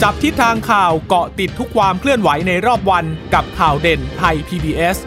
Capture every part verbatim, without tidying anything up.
จับทิศทางข่าวเกาะติดทุกความเคลื่อนไหวในรอบวันกับข่าวเด่นไทย พี บี เอส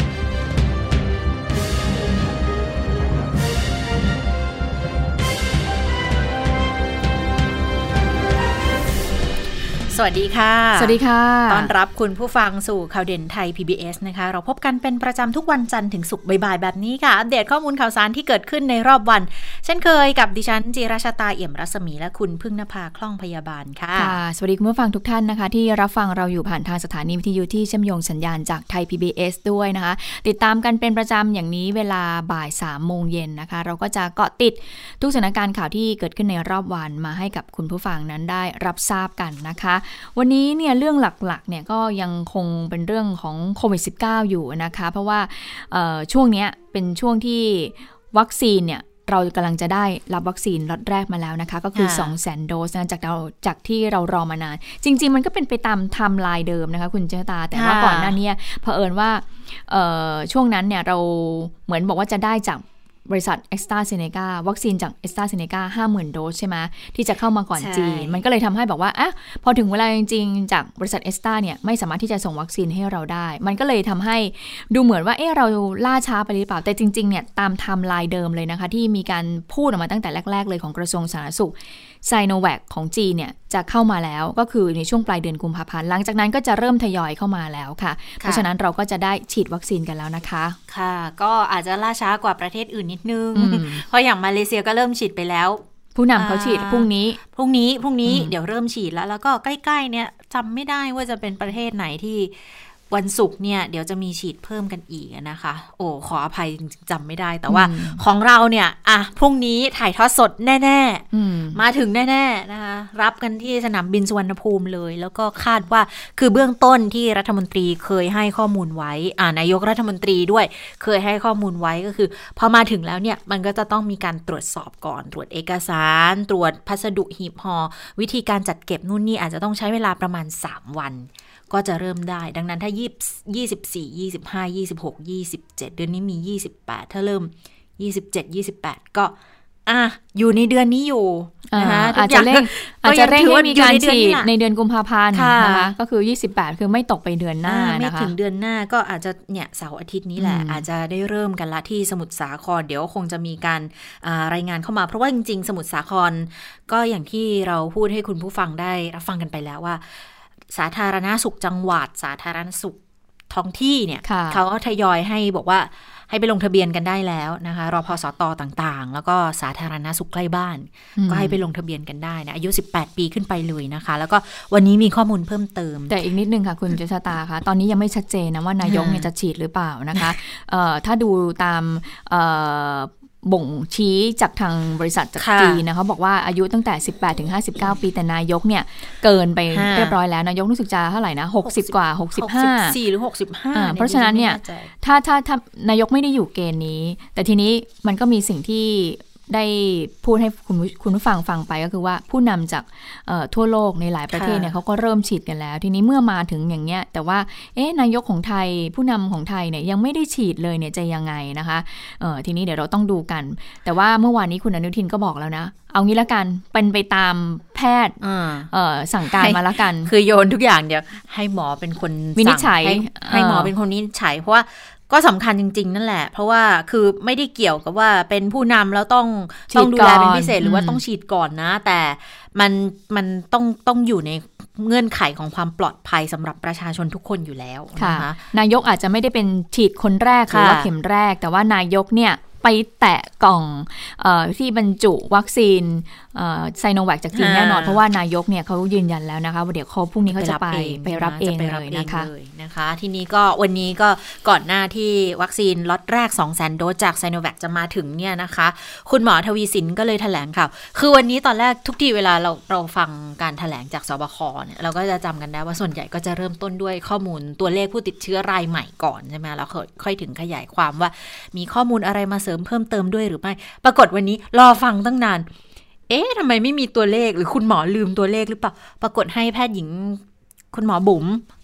สวัสดีค่ะสวัสดีค่ะต้อนรับคุณผู้ฟังสู่ข่าวเด่นไทย พี บี เอส นะคะเราพบกันเป็นประจำทุกวันจันทร์ถึงศุกร์บ่ายๆแบบนี้ค่ะอัปเดตข้อมูลข่าวสารที่เกิดขึ้นในรอบวันเช่นเคยกับดิฉันจิราชตาเอี่ยมรัศมีและคุณพึ่งนภาคล่องพยาบาลค่ะค่ะสวัสดีคุณผู้ฟังทุกท่านนะคะที่รับฟังเราอยู่ผ่านทางสถานีวิทยุที่เชื่อมโยงสัญญาณจากไทย พี บี เอส ด้วยนะคะติดตามกันเป็นประจำอย่างนี้เวลาบ่ายสามโมงเย็นนะคะเราก็จะเกาะติดทุกสถานการณ์ข่าวที่เกิดขึ้นในรอบวันมาให้กับคุณผู้ฟังนั้นได้รับทราบกันนะคะวันนี้เนี่ยเรื่องหลักๆเนี่ยก็ยังคงเป็นเรื่องของโควิด สิบเก้า อยู่นะคะเพราะว่าช่วงนี้เป็นช่วงที่วัคซีนเนี่ยเรากำลังจะได้รับวัคซีนล็อตแรกมาแล้วนะคะก็คือ สองแสน โดสนะจากเราจากที่เรารอมานานจริงๆมันก็เป็นไปตามไทม์ไลน์เดิมนะคะคุณเจษตาแต่ว่าก่อนหน้านี้เผอิญว่าช่วงนั้นเนี่ยเราเหมือนบอกว่าจะได้จากบริษัท AstraZeneca วัคซีนจาก AstraZeneca ห้าหมื่น โดสใช่ไหมที่จะเข้ามาก่อนจีนมันก็เลยทำให้บอกว่าอ่ะพอถึงเวลาจริงๆจากบริษัท Astra เนี่ยไม่สามารถที่จะส่งวัคซีนให้เราได้มันก็เลยทำให้ดูเหมือนว่าเอ๊ะเราล่าช้าไปหรือเปล่าแต่จริงๆเนี่ยตามไทม์ไลน์เดิมเลยนะคะที่มีการพูดออกมาตั้งแต่แรกๆเลยของกระทรวงสาธารณสุขไซโนแวคของจีนเนี่ยจะเข้ามาแล้วก็คือในช่วงปลายเดือนกุมภาพันธ์หลังจากนั้นก็จะเริ่มทยอยเข้ามาแล้วค่ะเพราะฉะนั้นเราก็จะได้ฉีดวัคซีนกันแล้วนะคะค่ะก็อาจจะล่าช้ากว่าประเทศอื่นนิดนึงเพราะอย่างมาเลเซียก็เริ่มฉีดไปแล้วผู้นำเขาฉีดพรุ่งนี้พรุ่งนี้พรุ่งนี้เดี๋ยวเริ่มฉีดแล้วแล้วก็ใกล้ๆเนี่ยจำไม่ได้ว่าจะเป็นประเทศไหนที่วันศุกร์เนี่ยเดี๋ยวจะมีฉีดเพิ่มกันอีกนะคะโอ้ขออภัยจำไม่ได้แต่ว่าของเราเนี่ยอ่ะพรุ่งนี้ถ่ายทอดสดแน่ๆมาถึงแน่ๆนะคะรับกันที่สนามบินสุวรรณภูมิเลยแล้วก็คาดว่าคือเบื้องต้นที่รัฐมนตรีเคยให้ข้อมูลไว้อ่านายกรัฐมนตรีด้วยเคยให้ข้อมูลไว้ก็คือพอมาถึงแล้วเนี่ยมันก็จะต้องมีการตรวจสอบก่อนตรวจเอกสารตรวจพัสดุหีบห่อวิธีการจัดเก็บนู่นนี่อาจจะต้องใช้เวลาประมาณสามวันก็จะเริ่มได้ดังนั้นถ้ายี่สิบสี่ ยี่สิบห้า ยี่สิบหก ยี่สิบเจ็ดเดือนนี้มียี่สิบแปดถ้าเริ่มยี่สิบเจ็ด ยี่สิบแปดก็อ่ะอยู่ในเดือนนี้อยู่นะคะอาจจะเร่งอาจจะเร่งให้มีการฉีดในเดือนกุมภาพันธ์นะคะก็คือยี่สิบแปดคือไม่ตกไปเดือนหน้านะคะไม่ถึงเดือนหน้าก็อาจจะเนี่ยเสาร์อาทิตย์นี้แหละอาจจะได้เริ่มกันละที่สมุทรสาครเดี๋ยวคงจะมีการรายงานเข้ามาเพราะว่าจริงๆสมุทรสาครก็อย่างที่เราพูดให้คุณผู้ฟังได้รับฟังกันไปแล้วว่าสาธารณสุขจังหวัดสาธารณสุขท้องที่เนี่ยเขาก็ทยอยให้บอกว่าให้ไปลงทะเบียนกันได้แล้วนะคะรพสตต่างๆแล้วก็สาธารณสุขใกล้บ้านก็ให้ไปลงทะเบียนกันได้นะอายุสิบแปดปีขึ้นไปเลยนะคะแล้วก็วันนี้มีข้อมูลเพิ่มเติมแต่อีกนิดนึงค่ะคุณเจษตาคะตอนนี้ยังไม่ชัดเจนนะว่านายกเนี่ยจะฉีดหรือเปล่านะคะถ้าดูตามบ่งชี้จากทางบริษัทจากจีนนะเขาบอกว่าอายุตั้งแต่สิบแปดถึงห้าสิบเก้าปีแต่นายกเนี่ยเกินไปเรียบร้อยแล้วนายกรู้สึกจะเท่าไหร่นะหกสิบกว่าหกสิบห้าหกสิบสี่หรือหกสิบห้าเพราะฉะนั้นเนี่ยถ้าถ้าถ้านายกไม่ได้อยู่เกณฑ์นี้แต่ทีนี้มันก็มีสิ่งที่ได้พูดให้คุณคุณผู้ฟังฟังไปก็คือว่าผู้นำจากทั่วโลกในหลายประเทศเนี่ยเขาก็เริ่มฉีดกันแล้วทีนี้เมื่อมาถึงอย่างเงี้ยแต่ว่าเอ๊ะนายกของไทยผู้นำของไทยเนี่ยยังไม่ได้ฉีดเลยเนี่ยจะยังไงนะคะเออทีนี้เดี๋ยวเราต้องดูกันแต่ว่าเมื่อวานนี้คุณอนุทินก็บอกแล้วนะเอางี้ละกันเป็นไปตามแพทย์สั่งการมาละกันคือโยนทุกอย่างเดี๋ยวให้หมอเป็นคนวินิจฉัยให้หมอเป็นคนวินิจฉัยเพราะว่าก็สำคัญจริงๆนั่นแหละเพราะว่าคือไม่ได้เกี่ยวกับว่าเป็นผู้นำแล้วต้องต้องดูแลเป็นพิเศษหรือว่าต้องฉีดก่อนนะแต่มันมันต้องต้องอยู่ในเงื่อนไขของความปลอดภัยสำหรับประชาชนทุกคนอยู่แล้วนะคะนายกอาจจะไม่ได้เป็นฉีดคนแรกหรือว่าเข็มแรกแต่ว่านายกเนี่ยไปแตะกล่องเอ่อที่บรรจุวัคซีนไซโนแวคจากจีนแน่นอนเพราะว่านายกเนี่ยเขายืนยันแล้วนะคะว่าเดี๋ยวเขาพรุ่งนี้เขาจะไปไปรับเองเลยนะคะนะคะทีนี้ก็วันนี้ก็ก่อนหน้าที่วัคซีนล็อตแรก สองแสน โดสจากไซโนแวคจะมาถึงเนี่ยนะคะคุณหมอทวีสินก็เลยแถลงข่าวคือวันนี้ตอนแรกทุกทีเวลาเราเราฟังการแถลงจากสบคเนี่ยเราก็จะจำกันได้ว่าส่วนใหญ่ก็จะเริ่มต้นด้วยข้อมูลตัวเลขผู้ติดเชื้อรายใหม่ก่อนใช่ไหมแล้วค่อยถึงขยายความว่ามีข้อมูลอะไรมาเสริมเพิ่มเติมด้วยหรือไม่ปรากฏวันนี้รอฟังตั้งนานเอ๊ะทำไมไม่มีตัวเลขหรือคุณหมอลืมตัวเลขหรือเปล่าปรากฏให้แพทย์หญิงคุณหมอบุ๋ม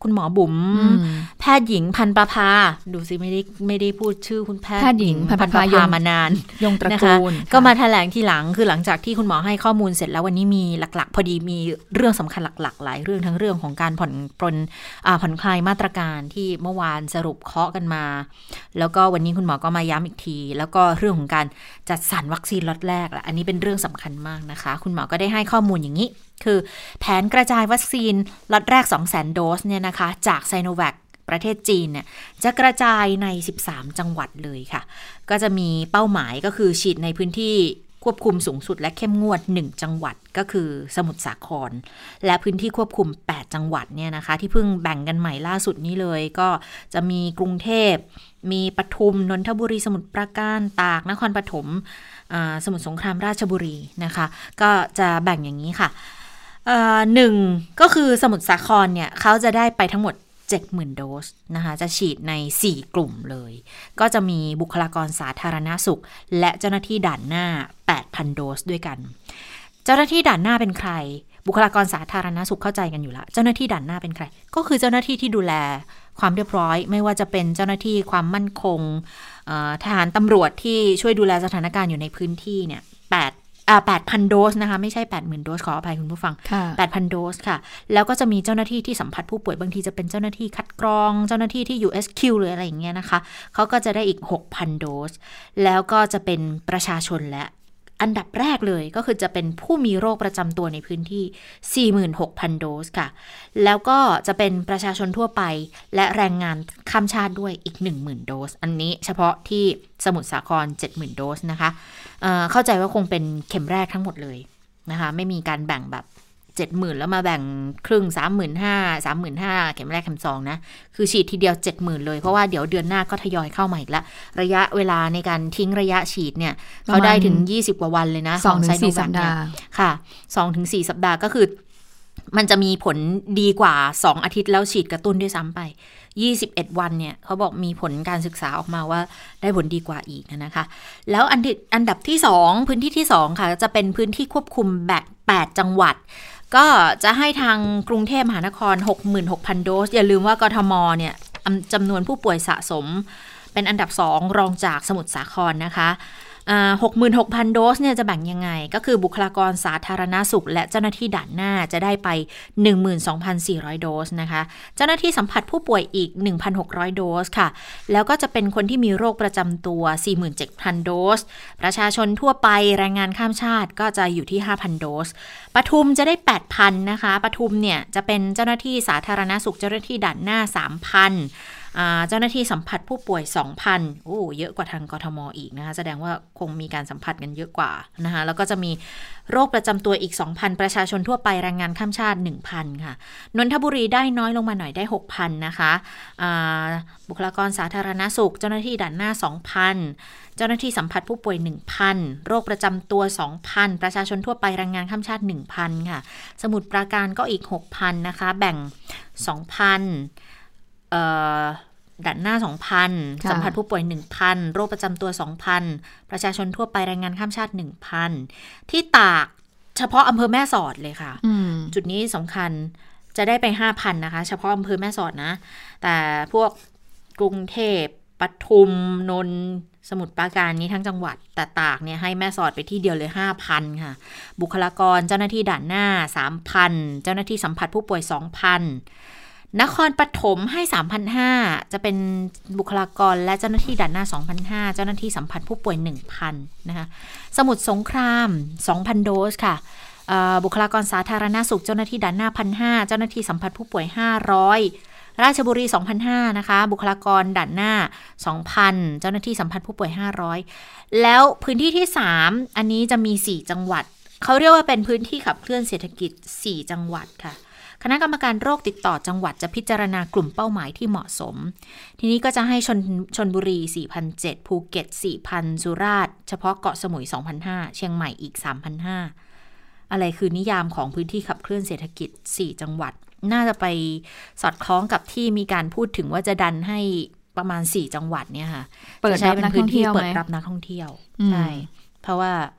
คุณหมอบุ๋มแพทย์หญิงพันประภาดูสิไม่ได้ไม่ได้พูดชื่อคุณแพทย์หญิงพันประภามานานยงตระกูลก็มาแถลงทีหลังคือหลังจากที่คุณหมอให้ข้อมูลเสร็จแล้ววันนี้มีหลักๆพอดีมีเรื่องสำคัญหลักๆหลายเรื่องทั้งเรื่องของการผ่อนปรนผ่อนคลายมาตรการที่เมื่อวานสรุปเคาะกันมาแล้วก็วันนี้คุณหมอก็มาย้ำอีกทีแล้วก็เรื่องของการจัดสรรวัคซีนล็อตแรกอันนี้เป็นเรื่องสำคัญมากนะคะคุณหมอก็ได้ให้ข้อมูลอย่างนี้คือแผนกระจายวัคซีนล็อตแรก สองแสน โดสเนี่ยนะคะจากไซโนแวคประเทศจีนเนี่ยจะกระจายในสิบสามจังหวัดเลยค่ะก็จะมีเป้าหมายก็คือฉีดในพื้นที่ควบคุมสูงสุดและเข้มงวดหนึ่งจังหวัดก็คือสมุทรสาครและพื้นที่ควบคุมแปดจังหวัดเนี่ยนะคะที่เพิ่งแบ่งกันใหม่ล่าสุดนี้เลยก็จะมีกรุงเทพมีปทุมนนทบุรีสมุทรปราการตากนครปฐมสมุทรสงครามราชบุรีนะคะก็จะแบ่งอย่างนี้ค่ะหนึ่งก็คือสมุทรสาครเนี่ยเขาจะได้ไปทั้งหมด เจ็ดหมื่น โดสนะคะจะฉีดในสี่กลุ่มเลยก็จะมีบุคลากรสาธารณสุขและเจ้าหน้าที่ด่านหน้า แปดพัน โดสด้วยกันเจ้าหน้าที่ด่านหน้าเป็นใครบุคลากรสาธารณสุขเข้าใจกันอยู่แล้วเจ้าหน้าที่ด่านหน้าเป็นใครก็คือเจ้าหน้าที่ที่ดูแลความเรียบร้อยไม่ว่าจะเป็นเจ้าหน้าที่ความมั่นคงทหารตำรวจที่ช่วยดูแลสถานการณ์อยู่ในพื้นที่เนี่ยแปดอ่า แปดพัน โดสนะคะไม่ใช่ แปดหมื่น โดสขออภัยคุณผู้ฟัง แปดพัน โดสค่ะแล้วก็จะมีเจ้าหน้าที่ที่สัมผัสผู้ป่วยบางทีจะเป็นเจ้าหน้าที่คัดกรองเจ้าหน้าที่ที่ ยู เอส คิว หรืออะไรอย่างเงี้ยนะคะเขาก็จะได้อีก หกพัน โดสแล้วก็จะเป็นประชาชนและอันดับแรกเลยก็คือจะเป็นผู้มีโรคประจำตัวในพื้นที่ สี่หมื่นหกพัน โดสค่ะแล้วก็จะเป็นประชาชนทั่วไปและแรงงานข้ามชาติด้วยอีก หนึ่งหมื่น โดสอันนี้เฉพาะที่สมุทรสาคร เจ็ดหมื่น โดสนะคะ เอ่อ เข้าใจว่าคงเป็นเข็มแรกทั้งหมดเลยนะคะไม่มีการแบ่งแบบเจ็ดหมื่นแล้วมาแบ่งครึ่ง สามหมื่นห้าพัน สามหมื่นห้าพัน เข็มแรกเข็มสองนะคือฉีดทีเดียว เจ็ดหมื่น เลยเพราะว่าเดี๋ยวเดือนหน้าก็ทยอยเข้ามาอีกแล้วระยะเวลาในการทิ้งระยะฉีดเนี่ยเขาได้ถึงยี่สิบกว่าวันเลยนะสองถึงสี่ สัปดาห์ค่ะ สองถึงสี่ สัปดาห์ก็คือมันจะมีผลดีกว่าสองอาทิตย์แล้วฉีดกระตุ้นด้วยซ้ำไปยี่สิบเอ็ดวันเนี่ยเขาบอกมีผลการศึกษาออกมาว่าได้ผลดีกว่าอีกนะคะแล้วอันอันดับที่สองพื้นที่ที่สองค่ะจะเป็นพื้นที่ควบคุมแบบแปดจังหวัดก็จะให้ทางกรุงเทพมหานคร หกหมื่นหกพัน โดสอย่าลืมว่ากทมเนี่ยจำนวนผู้ป่วยสะสมเป็นอันดับสองรองจากสมุทรสาครนะคะหกหมื่นหกพัน โดสเนี่ยจะแบ่งยังไงก็คือบุคลากรสาธารณสุขและเจ้าหน้าที่ด่านหน้าจะได้ไป หนึ่งหมื่นสองพันสี่ร้อย โดสนะคะเจ้าหน้าที่สัมผัสผู้ป่วยอีก หนึ่งพันหกร้อย โดสค่ะแล้วก็จะเป็นคนที่มีโรคประจำตัว สี่หมื่นเจ็ดพัน โดสประชาชนทั่วไปแรงงานข้ามชาติก็จะอยู่ที่ ห้าพัน โดสปทุมจะได้ แปดพัน นะคะปทุมเนี่ยจะเป็นเจ้าหน้าที่สาธารณสุขเจ้าหน้าที่ด่านหน้า สามพันเจ้าหน้าที่สัมผัสผู้ป่วย สองพัน โอ้เยอะกว่าทางกทมอีกนะคะแสดงว่าคงมีการสัมผัสกันเยอะกว่านะคะแล้วก็จะมีโรคประจำตัวอีก สองพัน ประชาชนทั่วไปแรงงานข้ามชาติ หนึ่งพัน ค่ะนนทบุรีได้น้อยลงมาหน่อยได้ หกพัน นะคะบุคลากรสาธารณสุขเจ้าหน้าที่ด่านหน้า สองพัน เจ้าหน้าที่สัมผัสผู้ป่วย หนึ่งพัน โรคประจำตัว สองพัน ประชาชนทั่วไปแรงงานข้ามชาติ หนึ่งพัน ค่ะสมุทรปราการก็อีก หกพัน นะคะแบ่ง สองพัน เอ่อด่านหน้า สองพัน สัมผัสผู้ป่วย หนึ่งพัน โรคประจำตัว สองพัน ประชาชนทั่วไปแรงงานข้ามชาติ หนึ่งพัน ที่ตากเฉพาะอำเภอแม่สอดเลยค่ะจุดนี้สำคัญจะได้ไป ห้าพัน นะคะเฉพาะอำเภอแม่สอดนะแต่พวกกรุงเทพปทุมนนท์สมุทรปราการนี้ทั้งจังหวัดแต่ตากเนี่ยให้แม่สอดไปที่เดียวเลย ห้าพัน ค่ะบุคลากรเจ้าหน้าที่ด่านหน้า สามพัน เจ้าหน้าที่สัมผัสผู้ป่วย สองพันนครปฐมให้ สามพันห้าร้อย จะเป็นบุคลากรและเจ้าหน้าที่ด่านหน้า สองพันห้าร้อย เจ้าหน้าที่สัมผัสผู้ป่วย หนึ่งพัน นะคะสมุทรสงคราม สองพัน โดสค่ะบุคลากรสาธารณสุขเจ้าหน้าที่ด่านหน้า หนึ่งพันห้าร้อย เจ้าหน้าที่สัมผัสผู้ป่วย ห้าร้อย ราชบุรี สองพันห้าร้อย นะคะบุคลากรด่านหน้า สองพัน เจ้าหน้าที่สัมผัสผู้ป่วย ห้าร้อย แล้วพื้นที่ที่สามอันนี้จะมีสี่จังหวัดเขาเรียกว่าเป็นพื้นที่ขับเคลื่อนเศรษฐกิจสี่จังหวัดค่ะคณะกรรมการโรคติดต่อจังหวัดจะพิจารณากลุ่มเป้าหมายที่เหมาะสมทีนี้ก็จะให้ชนชลบุรี สี่พันเจ็ดร้อย ภูเก็ต สี่พัน สุราษฎร์เฉพาะเกาะสมุย สองพันห้าร้อย เชียงใหม่อีก สามพันห้าร้อย อะไรคือนิยามของพื้นที่ขับเคลื่อนเศรษฐกิจสี่จังหวัดน่าจะไปสอดคล้องกับที่มีการพูดถึงว่าจะดันให้ประมาณสี่จังหวัดเนี่ยค่ะเปิดรับนักท่องเที่ยวเปิดรับนักท่องเที่ยวใช่เพราะว่า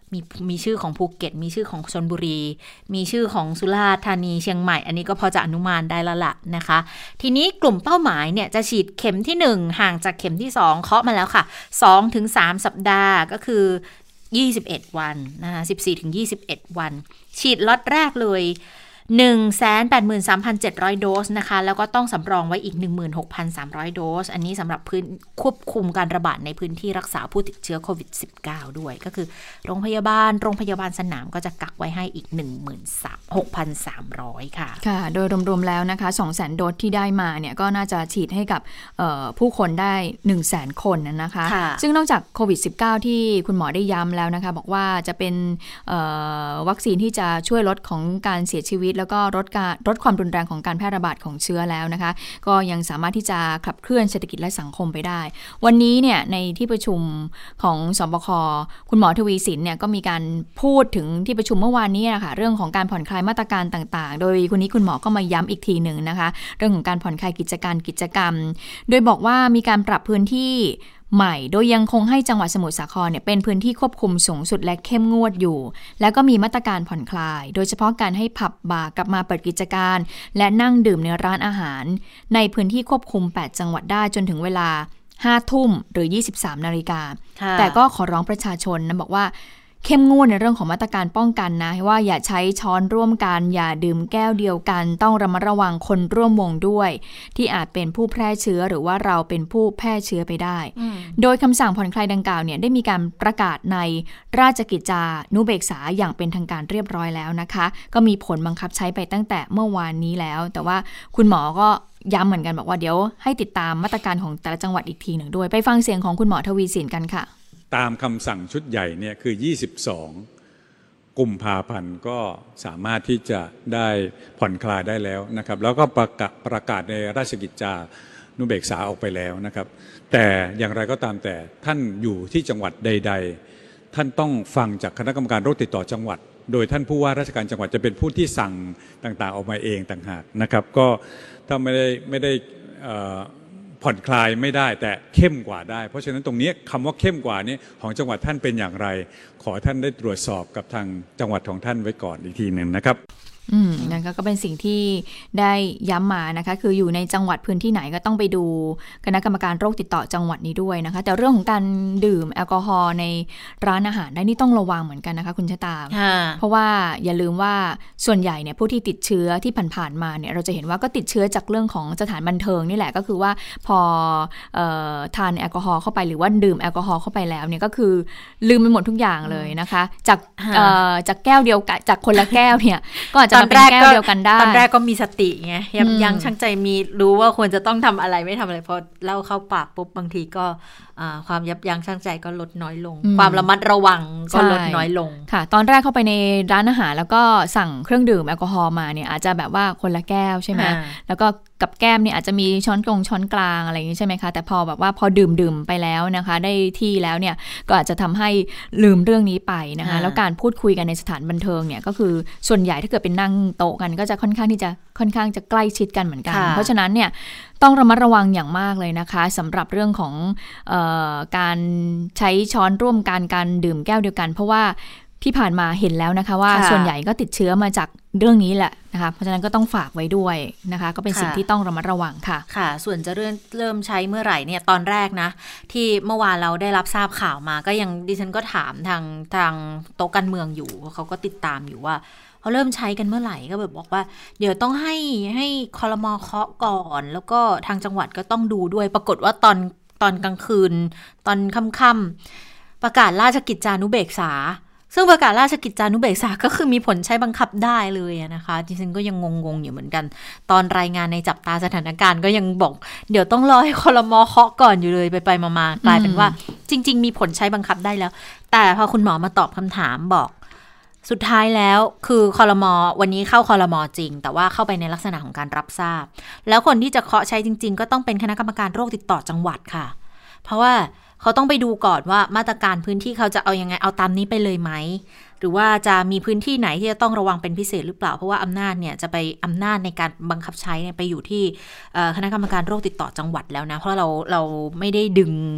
มีมีชื่อของภูเก็ตมีชื่อของชลบุรีมีชื่อของสุราษฎร์ธานีเชียงใหม่อันนี้ก็พอจะอนุมานได้แล้วล่ะนะคะทีนี้กลุ่มเป้าหมายเนี่ยจะฉีดเข็มที่หนึ่งห่างจากเข็มที่สองเคาะมาแล้วค่ะ สองถึงสาม สัปดาห์ก็คือยี่สิบเอ็ดวันนะคะ สิบสี่ถึงยี่สิบเอ็ด วันฉีดล็อตแรกเลย หนึ่งแสนแปดหมื่นสามพันเจ็ดร้อย โดสนะคะแล้วก็ต้องสำรองไว้อีก หนึ่งหมื่นหกพันสามร้อย โดสอันนี้สำหรับพื้นควบคุมการระบาดในพื้นที่รักษาผู้ติดเชื้อโควิด สิบเก้า ด้วยก็คือโรงพยาบาลโรงพยาบาลสนามก็จะกักไว้ให้อีก หนึ่งหมื่นหกพันสามร้อย ค่ะค่ะโดยรวมๆแล้วนะคะ สองแสน โดสที่ได้มาเนี่ยก็น่าจะฉีดให้กับผู้คนได้ หนึ่งแสน คนนะคะซึ่งนอกจากโควิด สิบเก้า ที่คุณหมอได้ย้ำแล้วนะคะบอกว่าจะเป็นวัคซีนที่จะช่วยลดของการเสียชีวิตแล้วก็ลดการลดความรุนแรงของการแพร่ระบาดของเชื้อแล้วนะคะก็ยังสามารถที่จะขับเคลื่อนเศรษฐกิจและสังคมไปได้วันนี้เนี่ยในที่ประชุมของสบคคุณหมอทวีสินเนี่ยก็มีการพูดถึงที่ประชุมเมื่อวานนี้นะคะเรื่องของการผ่อนคลายมาตรการต่างๆโดยคุณนี้คุณหมอก็มาย้ำอีกทีหนึ่งนะคะเรื่องของการผ่อนคลายกิจการกิจกรรมโดยบอกว่ามีการปรับพื้นที่ใหม่โดยยังคงให้จังหวัดสมุทรสาครเนี่ยเป็นพื้นที่ควบคุมสูงสุดและเข้มงวดอยู่แล้วก็มีมาตรการผ่อนคลายโดยเฉพาะการให้ผับบาร์กลับมาเปิดกิจการและนั่งดื่มในร้านอาหารในพื้นที่ควบคุมแปดจังหวัดได้จนถึงเวลาห้าทุ่มหรือยี่สิบสามนาฬิกาแต่ก็ขอร้องประชาชนนะบอกว่าเข้มงวดในเรื่องของมาตรการป้องกันนะว่าอย่าใช้ช้อนร่วมกันอย่าดื่มแก้วเดียวกันต้องระมัดระวังคนร่วมวงด้วยที่อาจเป็นผู้แพร่เชื้อหรือว่าเราเป็นผู้แพร่เชื้อไปได้โดยคำสั่งผ่อนคลายดังกล่าวเนี่ยได้มีการประกาศในราชกิจจานุเบกษาอย่างเป็นทางการเรียบร้อยแล้วนะคะก็มีผลบังคับใช้ไปตั้งแต่เมื่อวานนี้แล้วแต่ว่าคุณหมอก็ย้ำเหมือนกันบอกว่าเดี๋ยวให้ติดตามมาตรการของแต่ละจังหวัดอีกทีหนึ่งด้วยไปฟังเสียงของคุณหมอทวีสินกันค่ะตามคำสั่งชุดใหญ่เนี่ยคือยี่สิบสองกุมภาพันธ์ก็สามารถที่จะได้ผ่อนคลายได้แล้วนะครับแล้วก็ประกาศประกาศในราชกิจจานุเบกษาออกไปแล้วนะครับแต่อย่างไรก็ตามแต่ท่านอยู่ที่จังหวัดใดๆท่านต้องฟังจากคณะกรรมการโรคติดต่อจังหวัดโดยท่านผู้ว่าราชการจังหวัดจะเป็นผู้ที่สั่งต่างๆออกมาเองต่างหากนะครับก็ถ้าไม่ได้ไม่ได้ผ่อนคลายไม่ได้แต่เข้มกว่าได้เพราะฉะนั้นตรงนี้คำว่าเข้มกว่านี้ของจังหวัดท่านเป็นอย่างไรขอท่านได้ตรวจสอบกับทางจังหวัดของท่านไว้ก่อนอีกทีหนึ่งนะครับอืมนั่นก็เป็นสิ่งที่ได้ย้ำมานะคะคืออยู่ในจังหวัดพื้นที่ไหนก็ต้องไปดูคณะกรรมการโรคติดต่อจังหวัดนี้ด้วยนะคะแต่เรื่องของการดื่มแอลกอฮอล์ในร้านอาหารได้นี่ต้องระวังเหมือนกันนะคะคุณชะตาเพราะว่าอย่าลืมว่าส่วนใหญ่เนี่ยผู้ที่ติดเชื้อที่ผ่านๆมาเนี่ยเราจะเห็นว่าก็ติดเชื้อจากเรื่องของสถานบันเทิงนี่แหละก็คือว่าพอเอ่อทานแอลกอฮอล์เข้าไปหรือว่าดื่มแอลกอฮอล์เข้าไปแล้วเนี่ยก็คือลืมไปหมดทุกอย่างเลยนะคะจากเอ่อจากแก้วเดียวกันจากคนละแก้วเนี่ยก็อาจจะตอนแรกก็ตอนแรกก็มีสติไงยับยั้งชั่งใจมีรู้ว่าควรจะต้องทำอะไรไม่ทำอะไรพอเล่าเข้าปากปุ๊บบางทีก็ความยับยั้งชั่งใจก็ลดน้อยลงความระมัดระวังก็ลดน้อยลงค่ะตอนแรกเข้าไปในร้านอาหารแล้วก็สั่งเครื่องดื่มแอลกอฮอล์มาเนี่ยอาจจะแบบว่าคนละแก้วใช่ไหมแล้วก็กับแก้มเนี่ยอาจจะมีช้อนกลงช้อนกลางอะไรอย่างนี้ใช่ไหมคะแต่พอแบบว่าพอดื่มดื่มไปแล้วนะคะได้ที่แล้วเนี่ยก็อาจจะทำให้ลืมเรื่องนี้ไปนะคะแล้วการพูดคุยกันในสถานบันเทิงเนี่ยก็คือส่วนใหญ่ถ้าเกิดเป็นนั่งโต๊ะกันก็จะค่อนข้างที่จะค่อนข้างจะใกล้ชิดกันเหมือนกันเพราะฉะนั้นเนี่ยต้องระมัดระวังอย่างมากเลยนะคะสำหรับเรื่องของเอ่อการใช้ช้อนร่วมกันการดื่มแก้วเดียวกันเพราะว่าที่ผ่านมาเห็นแล้วนะคะว่าส่วนใหญ่ก็ติดเชื้อมาจากเรื่องนี้แหละนะคะเพราะฉะนั้นก็ต้องฝากไว้ด้วยนะคะก็เป็นสิ่งที่ต้องระมัดระวังค่ะค่ะส่วนจะเริ่มเริ่มใช้เมื่อไหร่เนี่ยตอนแรกนะที่เมื่อวานเราได้รับทราบข่าวมาก็ยังดิฉันก็ถามทางทางโต๊ะการเมืองอยู่เขาก็ติดตามอยู่ว่าเขาเริ่มใช้กันเมื่อไหร่ก็แบบบอกว่าเดี๋ยวต้องให้ให้ครม.เคาะก่อนแล้วก็ทางจังหวัดก็ต้องดูด้วยปรากฏว่าตอนตอนกลางคืนตอนค่ำๆประกาศราชกิจจานุเบกษาซึ่งประกาศราชกิจจานุเบกษาก็คือมีผลใช้บังคับได้เลยนะคะดิฉันก็ยังงงๆอยู่เหมือนกันตอนรายงานในจับตาสถานการณ์ก็ยังบอกเดี๋ยวต้องรอให้ครม.เคาะก่อนอยู่เลยไปๆมาๆกลายเป็นว่าจริงๆมีผลใช้บังคับได้แล้วแต่พอคุณหมอมาตอบคำถามบอกสุดท้ายแล้วคือครม.วันนี้เข้าครม.จริงแต่ว่าเข้าไปในลักษณะของการรับทราบแล้วคนที่จะเคาะใช้จริงๆก็ต้องเป็นคณะกรรมการโรคติดต่อจังหวัดค่ะเพราะว่าเขาต้องไปดูก่อนว่ามาตรการพื้นที่เขาจะเอายังไงเอาตามนี้ไปเลยไหมหรือว่าจะมีพื้นที่ไหนที่จะต้องระวังเป็นพิเศษหรือเปล่าเพราะว่าอำนาจเนี่ยจะไปอำนาจในการบังคับใช้เนี่ยไปอยู่ที่คณะกรรมการโรคติดต่อจังหวัดแล้วนะเพราะเราเราไม่ได้ดึง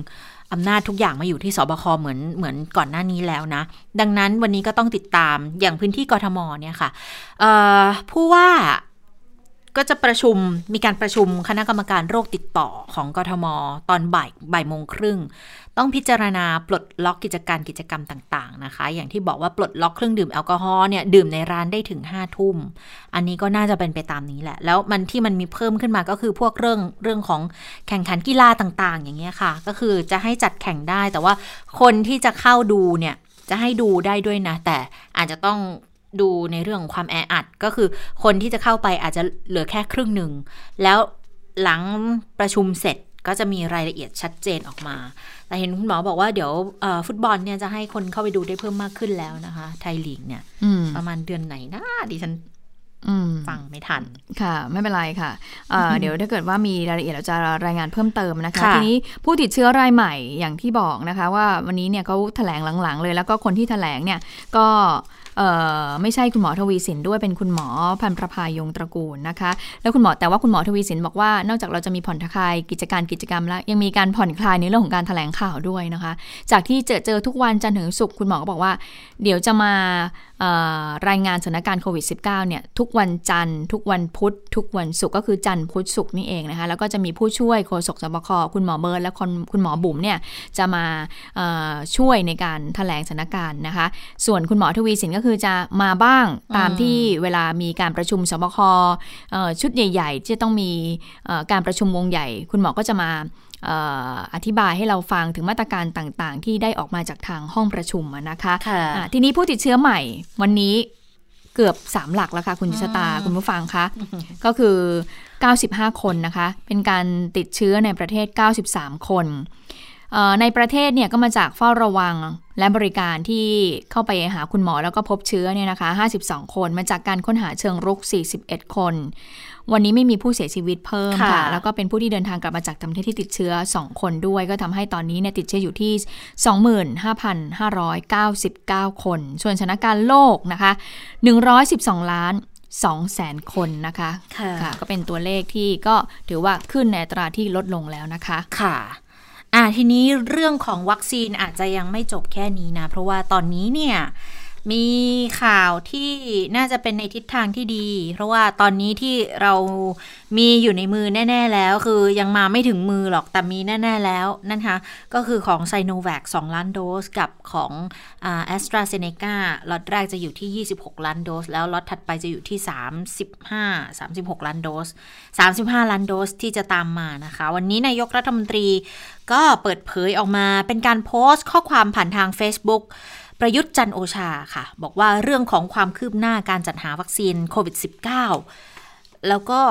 อำนาจทุกอย่างมาอยู่ที่สบคเหมือนเหมือนก่อนหน้านี้แล้วนะดังนั้นวันนี้ก็ต้องติดตามอย่างพื้นที่กทมเนี่ยค่ะผู้ว่าก็จะประชุมมีการประชุมคณะกรรมการโรคติดต่อของกทมตอนบ่ายบ่ายโมงครึ่งต้องพิจารณาปลดล็อกกิจการกิจกรรมต่างๆนะคะอย่างที่บอกว่าปลดล็อกเครื่องดื่มแอลกอฮอล์เนี่ยดื่มในร้านได้ถึงห้าทุ่มอันนี้ก็น่าจะเป็นไปตามนี้แหละแล้วมันที่มันมีเพิ่มขึ้นมาก็คือพวกเรื่องเรื่องของแข่งขันกีฬาต่างๆอย่างเงี้ยค่ะก็คือจะให้จัดแข่งได้แต่ว่าคนที่จะเข้าดูเนี่ยจะให้ดูได้ด้วยนะแต่อาจจะต้องดูในเรื่องของความแออัดก็คือคนที่จะเข้าไปอาจจะเหลือแค่ครึ่งหนึ่งแล้วหลังประชุมเสร็จก็จะมีรายละเอียดชัดเจนออกมาแต่เห็นคุณหมอบอกว่าเดี๋ยวฟุตบอลเนี่ยจะให้คนเข้าไปดูได้เพิ่มมากขึ้นแล้วนะคะไทยลีกเนี่ยประมาณเดือนไหนนะดิฉันฟังไม่ทันค่ะไม่เป็นไรค่ะเดี๋ยวถ้าเกิดว่ามีรายละเอียดเราจะรายงานเพิ่มเติมนะคะทีนี้ผู้ติดเชื้อรายใหม่อย่างที่บอกนะคะว่าวันนี้เนี่ยเขาแถลงหลังๆเลยแล้วก็คนที่แถลงเนี่ยก็ไม่ใช่คุณหมอทวีสินด้วยเป็นคุณหมอพันประภายงตระกูลนะคะแล้วคุณหมอแต่ว่าคุณหมอทวีสินบอกว่านอกจากเราจะมีผ่อนคลายกิจการกิจกรรมแล้วยังมีการผ่อนคลายในเรื่องของการแถลงข่าวด้วยนะคะจากที่เจอเจอทุกวันจันทร์ถึงศุกร์คุณหมอก็บอกว่าเดี๋ยวจะมารายงานสถานการณ์โควิด สิบเก้า เนี่ยทุกวันจันทร์ทุกวันพุธทุกวันศุกร์ก็คือจันทร์พุธศุกร์นี่เองนะคะแล้วก็จะมีผู้ช่วยโฆษกสบคคุณหมอเบิร์ดและคุณหมอบุ๋มเนี่ยจะมาช่วยในการแถลงสถานการณ์นะคะส่วนคุณหมอทวีสินก็คือจะมาบ้างตามที่เวลามีการประชุมสบคชุดใหญ่ๆที่ต้องมีการประชุมวงใหญ่คุณหมอก็จะมาอธิบายให้เราฟังถึงมาตรการต่างๆที่ได้ออกมาจากทางห้องประชุมนะคะทีนี้ผู้ติดเชื้อใหม่วันนี้เกือบสามหลักแล้วค่ะคุณชะตาคุณผู้ฟังคะก็คือเก้าสิบห้าคนนะคะเป็นการติดเชื้อในประเทศเก้าสิบสามคนในประเทศเนี่ยก็มาจากเฝ้าระวังและบริการที่เข้าไปหาคุณหมอแล้วก็พบเชื้อเนี่ยนะคะห้าสิบสองคนมาจากการค้นหาเชิงรุกสี่สิบเอ็ดคนวันนี้ไม่มีผู้เสียชีวิตเพิ่มค่ะแล้วก็เป็นผู้ที่เดินทางกลับมาจากต่างประเทศที่ติดเชื้อสองคนด้วยก็ทำให้ตอนนี้เนี่ยติดเชื้ออยู่ที่ สองหมื่นห้าพันห้าร้อยเก้าสิบเก้า คนส่วนสถานการณ์โลกนะคะหนึ่งร้อยสิบสองล้านสองแสนคนนะคะค่ะก็เป็นตัวเลขที่ก็ถือว่าขึ้นในอัตราที่ลดลงแล้วนะคะค่ะอ่ะทีนี้เรื่องของวัคซีนอาจจะยังไม่จบแค่นี้นะเพราะว่าตอนนี้เนี่ยมีข่าวที่น่าจะเป็นในทิศทางที่ดีเพราะว่าตอนนี้ที่เรามีอยู่ในมือแน่ๆแล้วคือยังมาไม่ถึงมือหรอกแต่มีแน่ๆแล้วนะคะก็คือของไซโนแวคสองล้านโดสกับของอ่า AstraZeneca ล็อตแรกจะอยู่ที่ยี่สิบหกล้านโดสแล้วล็อตถัดไปจะอยู่ที่สามสิบห้า สามสิบหกล้านโดสสามสิบห้าล้านโดสที่จะตามมานะคะวันนี้นายกรัฐมนตรีก็เปิดเผยออกมาเป็นการโพสต์ข้อความผ่านทาง Facebookประยุทธ์จันทร์โอชาค่ะบอกว่าเรื่องของความคืบหน้าการจัดหาวัคซีนโควิด สิบเก้า แล้วก็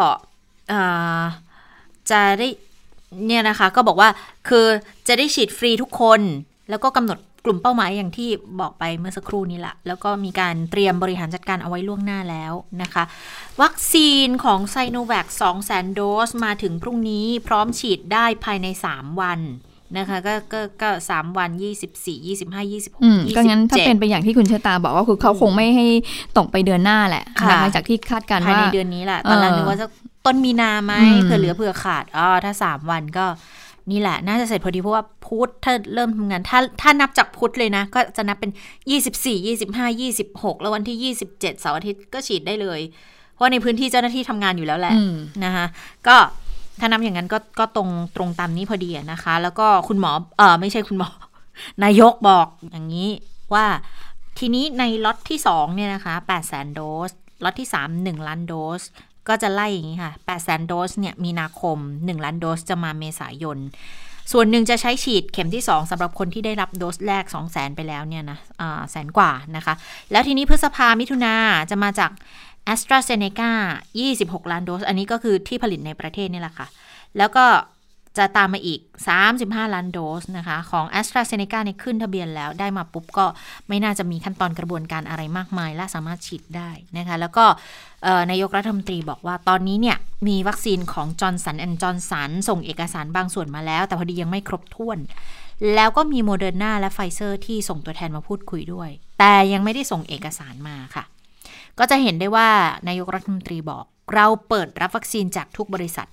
จะได้เนี่ยนะคะก็บอกว่าคือจะได้ฉีดฟรีทุกคนแล้วก็กำหนดกลุ่มเป้าหมายอย่างที่บอกไปเมื่อสักครู่นี้แหละแล้วก็มีการเตรียมบริหารจัดการเอาไว้ล่วงหน้าแล้วนะคะวัคซีนของไซโนแวค สองแสน โดสมาถึงพรุ่งนี้พร้อมฉีดได้ภายในสามวันนะคะก็ก็ก็สามวันยี่สิบสี่ ยี่สิบห้า ยี่สิบหก ยี่สิบเจ็ดก็งั้นถ้าเป็นไปอย่างที่คุณเชษตาบอกว่าคือเขาคงไม่ให้ตกไปเดือนหน้าแหละนะคะจากที่คาดการณ์ว่าภายในเดือนนี้แหละตอนแรกนึกว่าจะต้นมีนาไหมเผื่อเหลือเผื่อขาดอ๋อถ้าสามวันก็นี่แหละน่าจะเสร็จพอดีเพราะว่าพุธถ้าเริ่มทำงานถ้าถ้านับจากพุธเลยนะก็จะนับเป็นยี่สิบสี่ ยี่สิบห้า ยี่สิบหกแล้ววันที่ยี่สิบเจ็ดเสาร์อาทิตย์ก็ฉีดได้เลยเพราะในพื้นที่เจ้าหน้าที่ทำงานอยู่แล้วแหละนะคะก็ถ้านับอย่างนั้นก็ก็ตรงตรงตามนี้พอดีนะคะแล้วก็คุณหมอเออไม่ใช่คุณหมอนายกบอกอย่างนี้ว่าทีนี้ในล็อตที่สองเนี่ยนะคะแปดแสนโดสล็อตที่สาม หนึ่งล้านโดสก็จะไล่อย่างนี้ค่ะแปดแสนโดสเนี่ยมีนาคมหนึ่งล้านโดสจะมาเมษายนส่วนหนึ่งจะใช้ฉีดเข็มที่สองสำหรับคนที่ได้รับโดสแรก สองแสน ไปแล้วเนี่ยนะอ่าแสนกว่านะคะแล้วทีนี้พฤษภามิถุนาจะมาจากAstraZeneca ยี่สิบหกล้านโดสอันนี้ก็คือที่ผลิตในประเทศนี่แหละค่ะแล้วก็จะตามมาอีกสามสิบห้าล้านโดสนะคะของ AstraZeneca เนี่ยขึ้นทะเบียนแล้วได้มาปุ๊บก็ไม่น่าจะมีขั้นตอนกระบวนการอะไรมากมายและสามารถฉีดได้นะคะแล้วก็นายกรัฐมนตรีบอกว่าตอนนี้เนี่ยมีวัคซีนของ Johnson แอนด์ Johnson ส่งเอกสารบางส่วนมาแล้วแต่พอดียังไม่ครบถ้วนแล้วก็มี Moderna และ Pfizer ที่ส่งตัวแทนมาพูดคุยด้วยแต่ยังไม่ได้ส่งเอกสารมาค่ะก็จะเห็นได้ว่านายกรัฐมนตรีบอกเราเปิดรับวัคซีนจากทุกบริษัท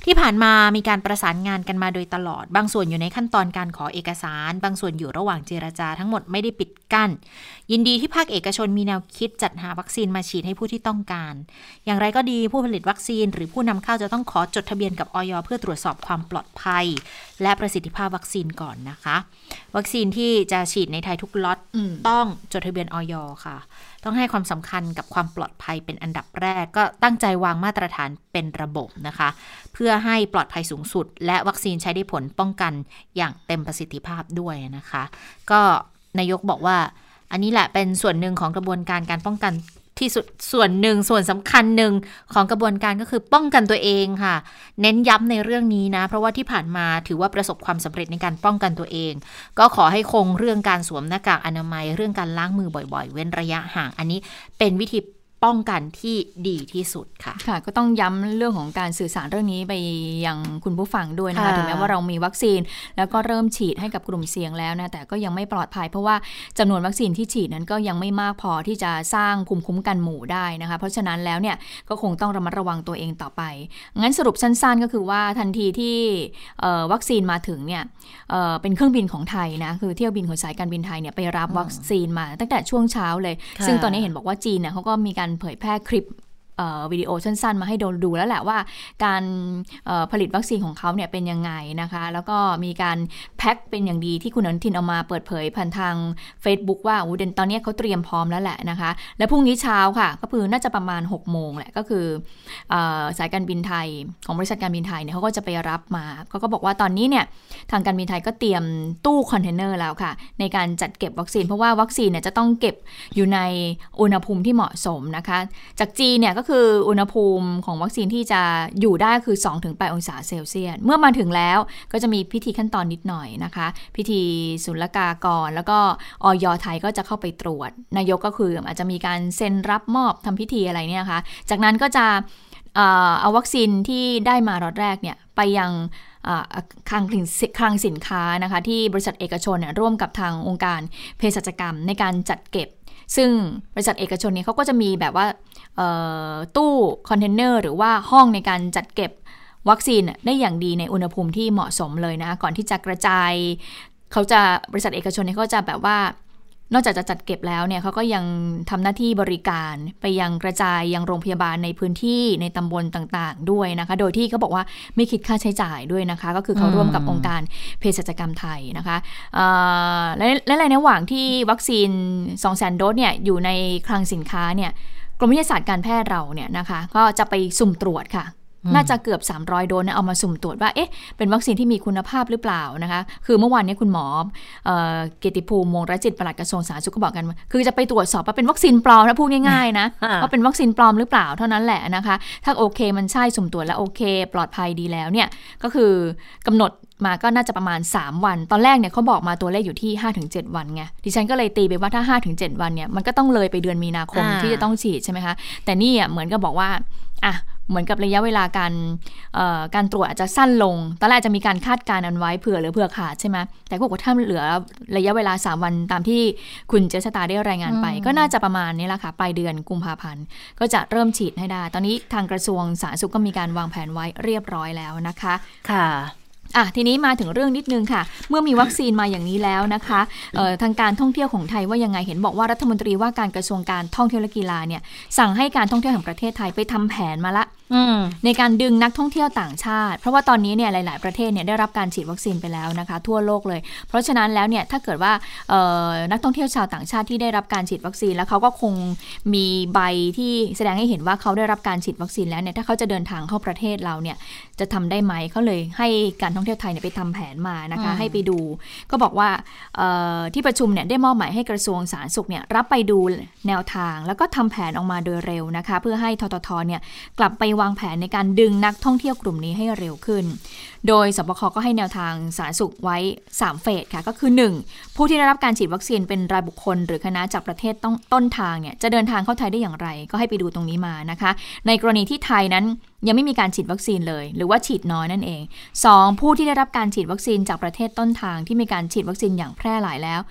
ที่ผ่านมามีการประสานงานกันมาโดยตลอดบางส่วนอยู่ในขั้นตอนการขอเอกสารบางส่วนอยู่ระหว่างเจรจาทั้งหมดไม่ได้ปิดกั้นยินดีที่ภาคเอกชนมีแนวคิดจัดหาวัคซีนมาฉีดให้ผู้ที่ต้องการอย่างไรก็ดีผู้ผลิตวัคซีนหรือผู้นำเข้าจะต้องขอจดทะเบียนกับอย.เพื่อตรวจสอบความปลอดภัยและประสิทธิภาพวัคซีนก่อนนะคะวัคซีนที่จะฉีดในไทยทุกล็อตต้องจดทะเบียนอย.ค่ะต้องให้ความสำคัญกับความปลอดภัยเป็นอันดับแรกก็ตั้งใจวางมาตรฐานเป็นระบบนะคะเพื่อให้ปลอดภัยสูงสุดและวัคซีนใช้ได้ผลป้องกันอย่างเต็มประสิทธิภาพด้วยนะคะก็นายกบอกว่าอันนี้แหละเป็นส่วนหนึ่งของกระบวนการการป้องกันที่สุดส่วนหนึ่งส่วนสำคัญหนึ่งของกระบวนการก็คือป้องกันตัวเองค่ะเน้นย้ำในเรื่องนี้นะเพราะว่าที่ผ่านมาถือว่าประสบความสำเร็จในการป้องกันตัวเองก็ขอให้คงเรื่องการสวมหน้ากากอนามัยเรื่องการล้างมือบ่อยๆเว้นระยะห่างอันนี้เป็นวิธีป้องกันที่ดีที่สุดค่ะค่ะก็ต้องย้ำเรื่องของการสื่อสารเรื่องนี้ไปยังคุณผู้ฟังด้วยนะคะถึงแม้ว่าเรามีวัคซีนแล้วก็เริ่มฉีดให้กับกลุ่มเสี่ยงแล้วนะแต่ก็ยังไม่ปลอดภัยเพราะว่าจำนวนวัคซีนที่ฉีดนั้นก็ยังไม่มากพอที่จะสร้างภูมิคุ้มกันหมู่ได้นะคะเพราะฉะนั้นแล้วเนี่ยก็คงต้องระมัดระวังตัวเองต่อไปงั้นสรุปสั้นๆก็คือว่าทันทีที่วัคซีนมาถึงเนี่ยเป็นเครื่องบินของไทยนะคือเที่ยวบินของสายการบินไทยเนี่ยไปรับวัคซีนมาตั้งแต่ช่วงเช้าเลยซึ่งตอนนี้เห็นบอกว่าจีนเนี่ยเขาก็มีการเผยแพร่คลิปวิดีโอสั้นๆมาให้ดูแล้วแหละว่าการผลิตวัคซีนของเขาเนี่ยเป็นยังไงนะคะแล้วก็มีการแพ็คเป็นอย่างดีที่คุณอนุทินเอามาเปิดเผยผ่านทาง Facebook ว่าอูเดนตอนนี้เขาเตรียมพร้อมแล้วแหละนะคะและพรุ่งนี้เช้าค่ะก็คือน่าจะประมาณหกโมงแหละก็คือสายการบินไทยของบริษัทการบินไทยเนี่ยเขาก็จะไปรับมาเขาก็บอกว่าตอนนี้เนี่ยทางการบินไทยก็เตรียมตู้คอนเทนเนอร์แล้วค่ะในการจัดเก็บวัคซีนเพราะว่าวัคซีนเนี่ยจะต้องเก็บอยู่ในอุณหภูมิที่เหมาะสมนะคะจากจีนเนี่ยก็คืออุณหภูมิของวัคซีนที่จะอยู่ได้คือ สองถึงแปด องศาเซลเซียสเมื่อมาถึงแล้วก็จะมีพิธีขั้นตอนนิดหน่อยนะคะพิธีศุลกากรแล้วก็อย.ไทยก็จะเข้าไปตรวจนายกก็คืออาจจะมีการเซ็นรับมอบทำพิธีอะไรเนี่ยนะคะจากนั้นก็จะเอาวัคซีนที่ได้มาล็อตแรกเนี่ยไปยังคลังคลังสินค้านะคะที่บริษัทเอกชนเนี่ยร่วมกับทางองค์การเภสัชกรรมในการจัดเก็บซึ่งบริษัทเอกชนเนี่ยเขาก็จะมีแบบว่าตู้คอนเทนเนอร์หรือว่าห้องในการจัดเก็บวัคซีนได้อย่างดีในอุณหภูมิที่เหมาะสมเลยนะก่อนที่จะกระจายเขาจะบริษัทเอกชนเนี่ยเขาจะแบบว่านอกจากจะจัดเก็บแล้วเนี่ยเขาก็ยังทำหน้าที่บริการไปยังกระจายยังโรงพยาบาลในพื้นที่ในตำบลต่างๆด้วยนะคะโดยที่เขาบอกว่าไม่คิดค่าใช้จ่ายด้วยนะคะก็คือเขาร่วมกับองค์การเภสัชกรรมไทยนะคะและและในระหว่างที่วัคซีน สองแสน โดสเนี่ยอยู่ในคลังสินค้าเนี่ยกรมวิทยาศาสตร์การแพทย์เราเนี่ยนะคะก็จะไปสุ่มตรวจค่ะน่าจะเกือบสามร้อยโดสนะเอามาสุ่มตรวจว่าเอ๊ะเป็นวัคซีนที่มีคุณภาพหรือเปล่านะคะคือเมื่อวานนี้คุณหมอเอ่อเกียรติภูมิวงศ์รัตน์จิตปลัดกระทรวงสาธารณสุขก็บอกกันว่าคือจะไปตรวจสอบว่าเป็นวัคซีนปลอมนะพูดง่ายๆนะว่าเป็นวัคซีนปลอมหรือเปล่าเท่านั้นแหละนะคะถ้าโอเคมันใช่สุ่มตรวจแล้วโอเคปลอดภัยดีแล้วเนี่ยก็คือกำหนดมาก็น่าจะประมาณสามวันตอนแรกเนี่ยเขาบอกมาตัวเลขอยู่ที่ ห้าถึงเจ็ด วันไงดิฉันก็เลยตีไปว่าถ้า ห้าถึงเจ็ด วันเนี่ยมันก็ต้องเลยไปเดือนมีนาคมที่จะต้องฉีดใช่ไหมคะแต่นี่อ่ะเหมือนกับบอกว่าอ่ะเหมือนกับระยะเวลาการการตรวจอาจจะสั้นลงตอนแรกจะมีการคาดการณ์อันไว้เผื่อหรือเผื่อขาดใช่ไหมแต่ก็บอกว่าถ้าเหลือระยะเวลาสามวันตามที่คุณเจษฎาได้รายงานไปก็น่าจะประมาณนี้แหละค่ะปลายเดือนกุมภาพันธ์ก็จะเริ่มฉีดให้ได้ตอนนี้ทางกระทรวงสาธารณสุขก็มีการวางแผนไว้เรียบร้อยแล้วนะคะค่ะอ่ะทีนี้มาถึงเรื่องนิดนึงค่ะเมื่อมีวัคซีนมาอย่างนี้แล้วนะคะทางการท่องเที่ยวของไทยว่ายังไงเห็นบอกว่ารัฐมนตรีว่าการกระทรวงการท่องเที่ยวและกีฬาเนี่ยสั่งให้การท่องเที่ยวแห่งประเทศไทยไปทำแผนมาละในการดึงนักท่องเที่ยวต่างชาติเพราะว่าตอนนี้เนี่ยหลายๆประเทศเนี่ยได้รับการฉีดวัคซีนไปแล้วนะคะทั่วโลกเลยเพราะฉะนั้นแล้วเนี่ยถ้าเกิดว่านักท่องเที่ยวชาวต่างชาติที่ได้รับการฉีดวัคซีนแล้วเขาก็คงมีใบที่แสดงให้เห็นว่าเขาได้รับการฉีดวัคซีนแล้วเนี่ยถ้าเขาจะเดินทางเข้าประเทศเราเนี่ยจะทำได้ไหมเขาเลยให้การท่องเที่ยวไทยเนี่ยไปทำแผนมานะคะให้ไปดูก็บอกว่าที่ประชุมเนี่ยได้มอบหมายให้กระทรวงสาธารณสุขเนี่ยรับไปดูแนวทางแล้วก็ทำแผนออกมาโดยเร็วนะคะเพื่อให้ทททเนี่ยกลับไปวางแผนในการดึงนักท่องเที่ยวกลุ่มนี้ให้เร็วขึ้นโดยสบคก็ให้แนวทางสาธารณสุขไว้สามเฟสค่ะก็คือหนึ่งผู้ที่ได้รับการฉีดวัคซีนเป็นรายบุคคลหรือคณะจากประเทศต้องต้นทางเนี่ยจะเดินทางเข้าไทยได้อย่างไรก็ให้ไปดูตรงนี้มานะคะในกรณีที่ไทยนั้นยังไม่มีการฉีดวัคซีนเลยหรือว่าฉีดน้อยนั่นเองสองผู้ที่ได้รับการฉีดวัคซีนจากประเทศต้นทางที่มีการฉีดวัคซีนอย่างแพร่หลายแล้ว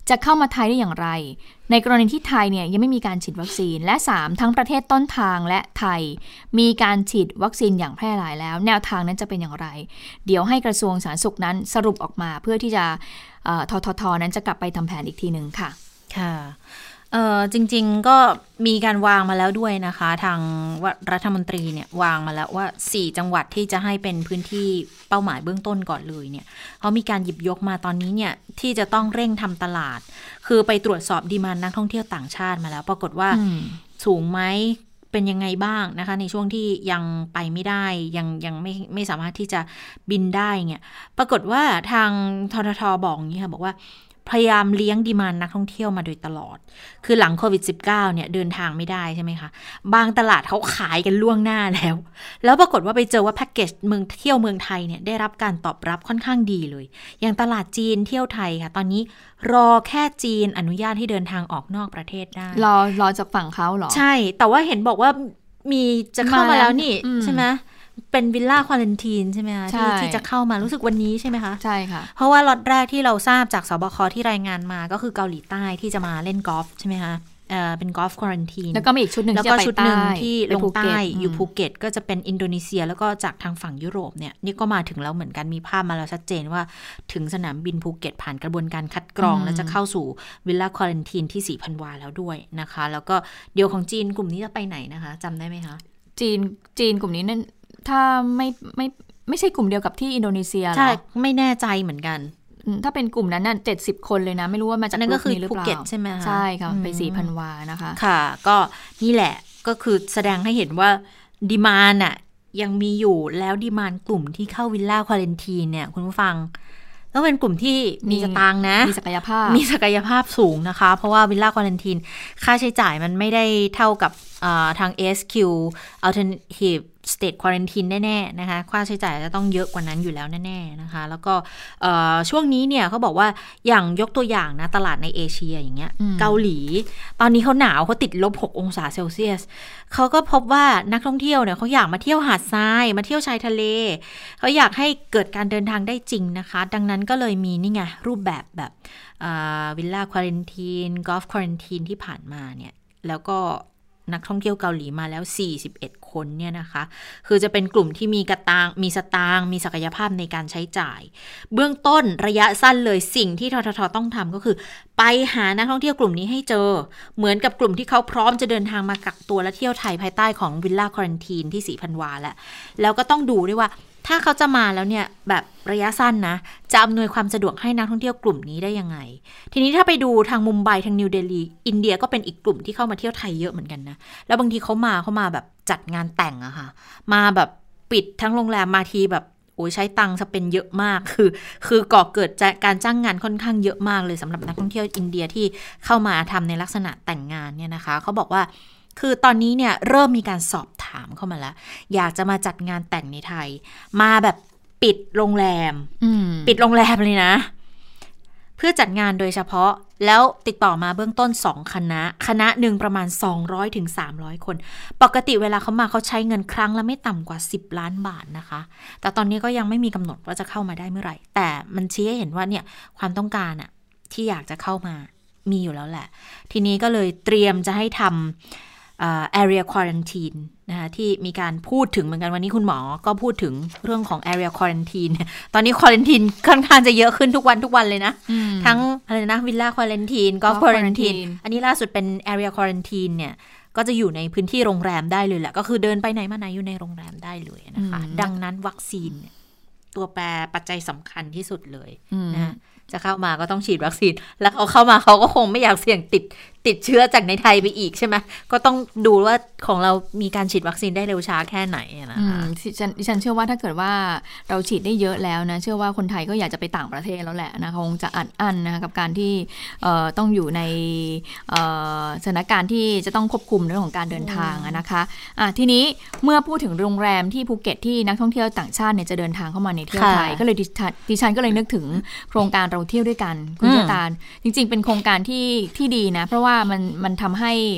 จะเข้ามาไทยได้อย่างไรในกรณีที่ไทยเนี่ยยังไม่มีการฉีดวัคซีนและสามทั้งประเทศต้นทางและไทยมีการฉีดวัคซีนอย่างแพร่หลายแล้วแนวทางนั้นจะเป็นอย่างไรเดี๋ยวให้กระทรวงสาธารณสุขนั้นสรุปออกมาเพื่อที่จะทททนั้นจะกลับไปทำแผนอีกทีนึงค่ะค่ะเอ่อจริงๆก็มีการวางมาแล้วด้วยนะคะทางรัฐมนตรีเนี่ยวางมาแล้วว่าสี่จังหวัดที่จะให้เป็นพื้นที่เป้าหมายเบื้องต้นก่อนเลยเนี่ยเขามีการหยิบยกมาตอนนี้เนี่ยที่จะต้องเร่งทำตลาดคือไปตรวจสอบดีมานด์นักท่องเที่ยวต่างชาติมาแล้วปรากฏว่าสูงไหมเป็นยังไงบ้างนะคะในช่วงที่ยังไปไม่ได้ยังยังไม่ไม่สามารถที่จะบินได้เนี่ยปรากฏว่าทางทททบอกอย่างนี้ค่ะบอกว่าพยายามเลี้ยงดีมานด์นักท่องเที่ยวมาโดยตลอดคือหลังโควิด สิบเก้า เนี่ยเดินทางไม่ได้ใช่ไหมคะบางตลาดเขาขายกันล่วงหน้าแล้วแล้วปรากฏว่าไปเจอว่าแพ็กเกจเมืองเที่ยวเมืองไทยเนี่ยได้รับการตอบรับค่อนข้างดีเลยอย่างตลาดจีนเที่ยวไทยค่ะตอนนี้รอแค่จีนอนุญาตให้เดินทางออกนอกประเทศได้รอรอจากฝั่งเขาเหรอใช่แต่ว่าเห็นบอกว่ามีจะเข้ามาแล้วนี่ใช่ไหมเป็นวิลล่าควอลันทีนใช่ไหมคะที่ที่จะเข้ามารู้สึกวันนี้ใช่ไหมคะใช่ค่ะเพราะว่าล็อตแรกที่เราทราบจากสบคที่รายงานมาก็คือเกาหลีใต้ที่จะมาเล่นกอล์ฟใช่ไหมคะเอ่อเป็นกอล์ฟควอลันทีนแล้วก็มีอีกชุดหนึ่งแล้วก็ชุดหนึ่งที่ลงใต้อยู่ภูเก็ตก็จะเป็นอินโดนีเซียแล้วก็จากทางฝั่งยุโรปเนี่ยนี่ก็มาถึงแล้วเหมือนกันมีภาพมาแล้วชัดเจนว่าถึงสนามบินภูเก็ตผ่านกระบวนการคัดกรองแล้วจะเข้าสู่วิลล่าควอลันทีนที่สี่พันวาแล้วด้วยนะคะแล้วก็เดี๋ยวของจีนกลุ่มนี้จะไปไหนนะคะจำได้ไหมคะจีนจีนกลุ่มนี้นั่นถ้าไม่ไม่ไม่ใช่กลุ่มเดียวกับที่อินโดนีเซียหรอใช่ไม่แน่ใจเหมือนกันถ้าเป็นกลุ่มนั้นน่ะเจ็ดสิบคนเลยนะไม่รู้ว่ามาจากกลุ่มนี้หรือเปล่าใช่ไหมคะใช่ค่ะไป สี่พัน วานะคะค่ะก็นี่แหละก็คือแสดงให้เห็นว่าดีมานด์น่ะยังมีอยู่แล้วดีมานด์กลุ่มที่เข้าวิลล่าควอลันทีนเนี่ยคุณผู้ฟังต้องเป็นกลุ่มที่มีสตางค์นะมีศักยภาพมีศักยภาพสูงนะคะเพราะว่าวิลล่าควอลันทีนค่าใช้จ่ายมันไม่ได้เท่ากับทาง เอ เอส คิว Alternative State Quarantine แน่ๆนะคะค่าใช้จ่ายจะต้องเยอะกว่านั้นอยู่แล้วแน่ๆนะคะแล้วก็ช่วงนี้เนี่ยเขาบอกว่าอย่างยกตัวอย่างนะตลาดในเอเชียอย่างเงี้ยเกาหลีตอนนี้เขาหนาวเขาติดลบหกองศาเซลเซียสเขาก็พบว่านักท่องเที่ยวเนี่ยเขาอยากมาเที่ยวหาดทรายมาเที่ยวชายทะเลเขาอยากให้เกิดการเดินทางได้จริงนะคะดังนั้นก็เลยมีนี่ไงรูปแบบแบบวิลล่าควอลันทีนกอล์ฟควอลันทีนที่ผ่านมาเนี่ยแล้วก็นักท่องเที่ยวเกาหลีมาแล้วสี่สิบเอ็ดคนเนี่ยนะคะคือจะเป็นกลุ่มที่มีกระตางมีสตางค์มีศักยภาพในการใช้จ่ายเบื้องต้นระยะสั้นเลยสิ่งที่ทททต้องทำก็คือไปหานักท่องเที่ยวกลุ่มนี้ให้เจอเหมือนกับกลุ่มที่เขาพร้อมจะเดินทางมากักตัวและเที่ยวไทยภายใต้ของวิลล่าควอลันทีนที่สี่พันวาแล้วแล้วก็ต้องดูด้วยว่าถ้าเขาจะมาแล้วเนี่ยแบบระยะสั้นนะจะอำนวยความสะดวกให้นักท่องเที่ยวกลุ่มนี้ได้ยังไงทีนี้ถ้าไปดูทางมุมไบทางนิวเดลีอินเดียก็เป็นอีกกลุ่มที่เข้ามาเที่ยวไทยเยอะเหมือนกันนะแล้วบางทีเขามาเขามาแบบจัดงานแต่งอะค่ะมาแบบปิดทั้งโรงแรมมาทีแบบโอ้ยใช้ตังค์จะเป็นเยอะมากคือคือก่อเกิดการจ้างงานค่อนข้างเยอะมากเลยสำหรับนักท่องเที่ยวอินเดียที่เข้ามาทำในลักษณะแต่งงานเนี่ยนะคะเขาบอกว่าคือตอนนี้เนี่ยเริ่มมีการสอบถามเข้ามาแล้วอยากจะมาจัดงานแต่งในไทยมาแบบปิดโรงแรมปิดโรงแรมเลยนะเพื่อจัดงานโดยเฉพาะแล้วติดต่อมาเบื้องต้นสองคณะคณะหนึ่งประมาณสองร้อยถึงสามร้อยคนปกติเวลาเขามาเขาใช้เงินครั้งละไม่ต่ำกว่าสิบล้านบาทนะคะแต่ตอนนี้ก็ยังไม่มีกำหนดว่าจะเข้ามาได้เมื่อไหร่แต่มันชี้ให้เห็นว่าเนี่ยความต้องการอะที่อยากจะเข้ามามีอยู่แล้วแหละทีนี้ก็เลยเตรียมจะให้ทำUh, area quarantine นะคะที่มีการพูดถึงเหมือนกันวันนี้คุณหมอก็พูดถึงเรื่องของ area quarantine ตอนนี้ quarantine ค่อนข้างจะเยอะขึ้นทุกวันทุกวันเลยนะทั้งอะไรนะ villa quarantine golf quarantine อันนี้ล่าสุดเป็น area quarantine เนี่ยก็จะอยู่ในพื้นที่โรงแรมได้เลยแหละก็คือเดินไปไหนมาไหนอยู่ในโรงแรมได้เลยนะคะดังนั้นวัคซีนตัวแปรปัจจัยสำคัญที่สุดเลยนะจะเข้ามาก็ต้องฉีดวัคซีนแล้วเขาเข้ามาเขาก็คงไม่อยากเสี่ยงติดติดเชื้อจากในไทยไปอีกใช่ไหมก็ต้องดูว่าของเรามีการฉีดวัคซีนได้เร็วช้าแค่ไหนนะคะดิฉันดิฉันเชื่อว่าถ้าเกิดว่าเราฉีดได้เยอะแล้วนะเชื่อว่าคนไทยก็อยากจะไปต่างประเทศแล้วแหละนะคงจะอัดอั้นนะคะกับการที่ต้องอยู่ในสถานการณ์ที่จะต้องควบคุมเรื่องของการเดินทางนะคะอ่ะทีนี้เมื่อพูดถึงโรงแรมที่ภูเก็ตที่นักท่องเที่ยวต่างชาติเนี่ยจะเดินทางเข้ามาในเที่ยวไทยก็เลยดิฉันก็เลยนึกถึงโครงการเราเที่ยวด้วยกันคุณเจตานจริงๆเป็นโครงการที่ที่ดีนะเพราะว่ามันมันทำให้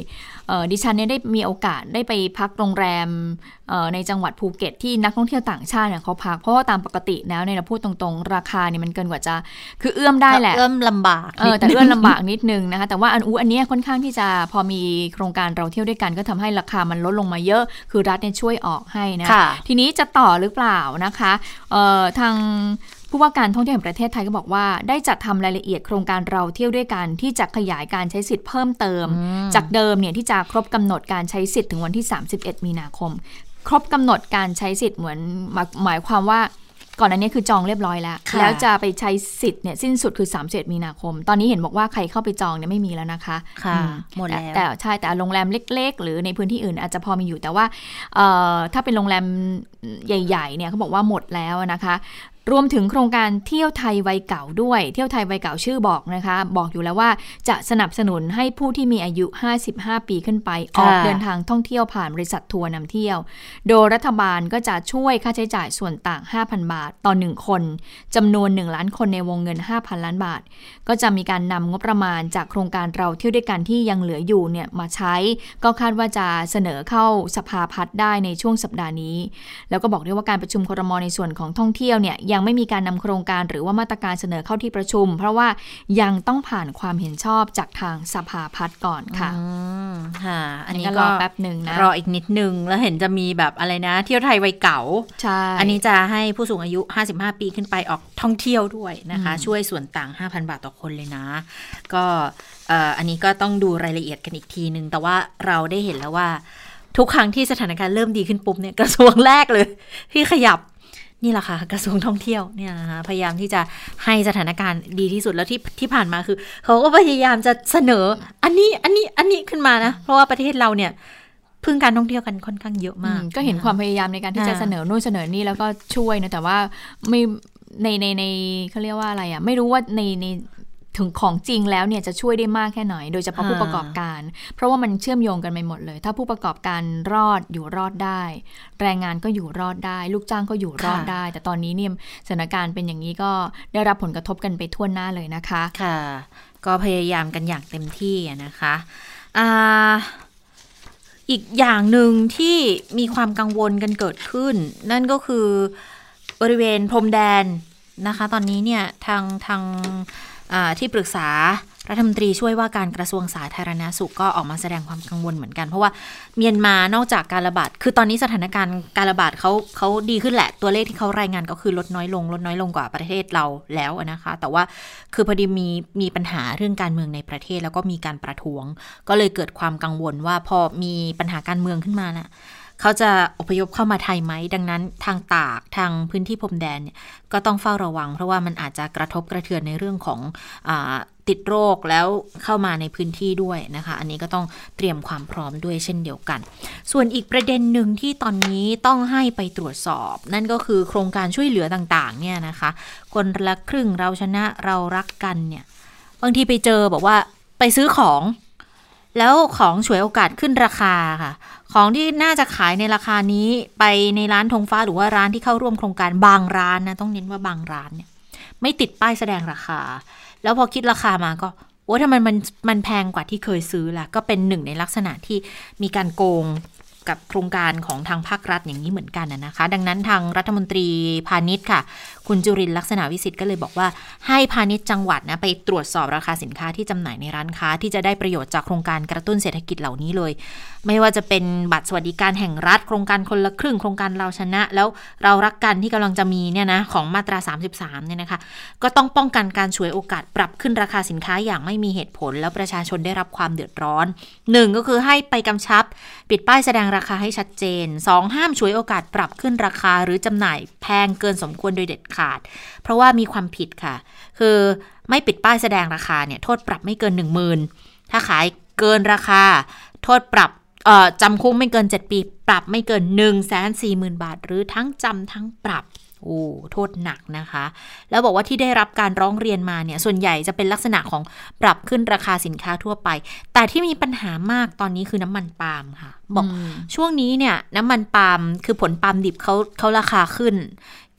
ดิฉันเนี่ยได้มีโอกาสได้ไปพักโรงแรมในจังหวัดภูเก็ตที่นักท่องเที่ยวต่างชาติเนี่ยเขาพักเพราะว่าตามปกติแล้วเนี่ยเราพูดตรงๆราคาเนี่ยมันเกินกว่าจะคือเอื้อมได้แหละเอื้อมลำบากเออแต่เอื้อมลำบากนิดนึงนะคะแต่ว่าอันอูอันนี้ค่อนข้างที่จะพอมีโครงการเราเที่ยวด้วยกันก็ทำให้ราคามันลดลงมาเยอะคือรัฐเนี่ยช่วยออกให้นะทีนี้จะต่อหรือเปล่านะคะทางผู้ว่าการท่องเที่ยวแห่งประเทศไทยก็บอกว่าได้จัดทำรายละเอียดโครงการเราเที่ยวด้วยกันที่จะขยายการใช้สิทธิ์เพิ่มเติมจากเดิมเนี่ยที่จะครบกำหนดการใช้สิทธิ์ถึงวันที่สามสิบเอ็ดมีนาคมครบกำหนดการใช้สิทธิ์เหมือนหมายความว่าก่อนอันนี้คือจองเรียบร้อยแล้วแล้วจะไปใช้สิทธิ์เนี่ยสิ้นสุดคือสามสิบเอ็ดมีนาคมตอนนี้เห็นบอกว่าใครเข้าไปจองเนี่ยไม่มีแล้วนะคะค่ะหมดแล้วแต่ใช่แต่โรงแรมเล็กๆหรือในพื้นที่อื่นอาจจะพอมีอยู่แต่ว่าถ้าเป็นโรงแรมใหญ่ๆเนี่ยเขาบอกว่าหมดแล้วนะคะรวมถึงโครงการเที่ยวไทยวัยเก่าด้วยเที่ยวไทยวัยเก่าชื่อบอกนะคะบอกอยู่แล้วว่าจะสนับสนุนให้ผู้ที่มีอายุห้าสิบห้าปีขึ้นไปออกเดินทางท่องเที่ยวผ่านบริษัททัวร์นำเที่ยวโดยรัฐบาลก็จะช่วยค่าใช้จ่ายส่วนต่าง ห้าพัน บาทต่อหนึ่งคนจำนวนหนึ่งล้านคนในวงเงิน ห้าพัน ล้านบาทก็จะมีการนำงบประมาณจากโครงการเราเที่ยวด้วยกันที่ยังเหลืออยู่เนี่ยมาใช้ก็คาดว่าจะเสนอเข้าสภาพัฒน์ได้ในช่วงสัปดาห์นี้แล้วก็บอกด้วยว่าการประชุมครม.ในส่วนของท่องเที่ยวเนี่ยยังไม่มีการนำโครงการหรือว่ามาตรการเสนอเข้าที่ประชุมเพราะว่ายังต้องผ่านความเห็นชอบจากทางสภาพัฒน์ก่อนค่ะอืมค่ะอันนี้ก็รอแป๊บนึงนะรออีกนิดนึงแล้วเห็นจะมีแบบอะไรนะเที่ยวไทยวัยเก่าใช่อันนี้จะให้ผู้สูงอายุห้าสิบห้าปีขึ้นไปออกท่องเที่ยวด้วยนะคะช่วยส่วนต่าง ห้าพัน บาทต่อคนเลยนะก็เอ่ออันนี้ก็ต้องดูรายละเอียดกันอีกทีนึงแต่ว่าเราได้เห็นแล้วว่าทุกครั้งที่สถานการณ์เริ่มดีขึ้นปุ๊บเนี่ยกระทรวงแรกเลยที่ขยับนี่แหละค่ะกระทรวงท่องเที่ยวเนี่ยนะคะพยายามที่จะให้สถานการณ์ดีที่สุดแล้วที่ที่ผ่านมาคือเขาก็พยายามจะเสนออันนี้อันนี้อันนี้ขึ้นมานะเพราะว่าประเทศเราเนี่ยพึ่งการท่องเที่ยวกันค่อนข้างเยอะมากก็เห็นความพยายามในการที่จะเสนอนู่นเสนอนี่แล้วก็ช่วยนะแต่ว่าไม่ในในในเขาเรียกว่าอะไรอ่ะไม่รู้ว่าในในถึงของจริงแล้วเนี่ยจะช่วยได้มากแค่ไหนโดยเฉพาะผู้ประกอบการเพราะว่ามันเชื่อมโยงกันไปหมดเลยถ้าผู้ประกอบการรอดอยู่รอดได้แรงงานก็อยู่รอดได้ลูกจ้างก็อยู่รอดได้แต่ตอนนี้เนี่ยสถานการณ์เป็นอย่างนี้ก็ได้รับผลกระทบกันไปทั่วหน้าเลยนะคะค่ะก็พยายามกันอย่างเต็มที่นะคะอ่าอีกอย่างหนึ่งที่มีความกังวลกันเกิดขึ้นนั่นก็คือบริเวณพรมแดนนะคะตอนนี้เนี่ยทางทางที่ปรึกษารัฐมนตรีช่วยว่าการกระทรวงสาธารณสุขก็ออกมาแสดงความกังวลเหมือนกันเพราะว่าเมียนมานอกจากการระบาดคือตอนนี้สถานการณ์การระบาดเขาเขาดีขึ้นแหละตัวเลขที่เขารายงานก็คือลดน้อยลงลดน้อยลงกว่าประเทศเราแล้วนะคะแต่ว่าคือพอดีมีมีปัญหาเรื่องการเมืองในประเทศแล้วก็มีการประท้วงก็เลยเกิดความกังวลว่าพอมีปัญหาการเมืองขึ้นมาน่ะเขาจะอพยพเข้ามาไทยไหมดังนั้นทางตากทางพื้นที่พรมแดนเนี่ยก็ต้องเฝ้าระวังเพราะว่ามันอาจจะกระทบกระเทือนในเรื่องของอ่าติดโรคแล้วเข้ามาในพื้นที่ด้วยนะคะอันนี้ก็ต้องเตรียมความพร้อมด้วยเช่นเดียวกันส่วนอีกประเด็นหนึ่งที่ตอนนี้ต้องให้ไปตรวจสอบนั่นก็คือโครงการช่วยเหลือต่างๆเนี่ยนะคะคนละครึ่งเราชนะเรารักกันเนี่ยบางทีไปเจอบอกว่าไปซื้อของแล้วของฉวยโอกาสขึ้นราคาค่ะของที่น่าจะขายในราคานี้ไปในร้านธงฟ้าหรือว่าร้านที่เข้าร่วมโครงการบางร้านนะต้องเน้นว่าบางร้านเนี่ยไม่ติดป้ายแสดงราคาแล้วพอคิดราคามาก็โอ้ทำไมมันมันแพงกว่าที่เคยซื้อล่ะก็เป็นหนึ่งในลักษณะที่มีการโกงกับโครงการของทางภาครัฐอย่างนี้เหมือนกันนะคะดังนั้นทางรัฐมนตรีพาณิชย์ค่ะคุณจุรินทร์ลักษณะวิสิทธิ์ก็เลยบอกว่าให้พาณิชย์จังหวัดนะไปตรวจสอบราคาสินค้าที่จำหน่ายในร้านค้าที่จะได้ประโยชน์จากโครงการกระตุ้นเศรษฐกิจเหล่านี้เลยไม่ว่าจะเป็นบัตรสวัสดิการแห่งรัฐโครงการคนละครึ่งโครงการเราชนะแล้วเรารักกันที่กำลังจะมีเนี่ยนะของมาตราสามสิบสามเนี่ยนะคะก็ต้องป้องกันการฉวยโอกาสปรับขึ้นราคาสินค้าอย่างไม่มีเหตุผลแล้วประชาชนได้รับความเดือดร้อนหนึ่งก็คือให้ไปกำชับปิดป้ายแสดงราคาให้ชัดเจนสองห้ามฉวยโอกาสปรับขึ้นราคาหรือจำหน่ายแพงเกินสมควรโดยเด็ดขาดเพราะว่ามีความผิดค่ะคือไม่ปิดป้ายแสดงราคาเนี่ยโทษปรับไม่เกิน หนึ่งหมื่น ถ้าขายเกินราคาโทษปรับเอ่อจำคุกไม่เกินเจ็ดปีปรับไม่เกิน หนึ่งแสนสี่หมื่น บาทหรือทั้งจำทั้งปรับโอ้โทษหนักนะคะแล้วบอกว่าที่ได้รับการร้องเรียนมาเนี่ยส่วนใหญ่จะเป็นลักษณะของปรับขึ้นราคาสินค้าทั่วไปแต่ที่มีปัญหามากตอนนี้คือน้ำมันปาล์มค่ะบอกช่วงนี้เนี่ยน้ำมันปาล์มคือผลปาล์มดิบเขาเขาราคาขึ้น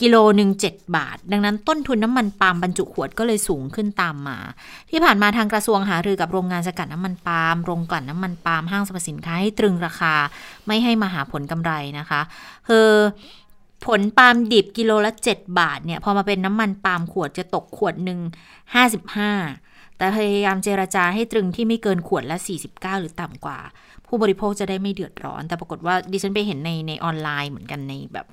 กิโลหนึ่งเจ็ดบาทดังนั้นต้นทุนน้ำมันปาล์มบรรจุขวดก็เลยสูงขึ้นตามมาที่ผ่านมาทางกระทรวงหารือกับโรงงานสกัดน้ำมันปาล์มโรงกลั่นน้ำมันปาล์มห้างสรรพสินค้าให้ตรึงราคาไม่ให้มาหาผลกำไรนะคะคือผลปาล์มดิบกิโลละเจ็ดบาทเนี่ยพอมาเป็นน้ำมันปาล์มขวดจะตกขวดหนึ่งห้าสิบห้าแต่พยายามเจรจาให้ตรึงที่ไม่เกินขวดละสี่สิบเก้าหรือต่ำกว่าผู้บริโภคจะได้ไม่เดือดร้อนแต่ปรากฏว่าดิฉันไปเห็นในในออนไลน์เหมือนกันในแบบ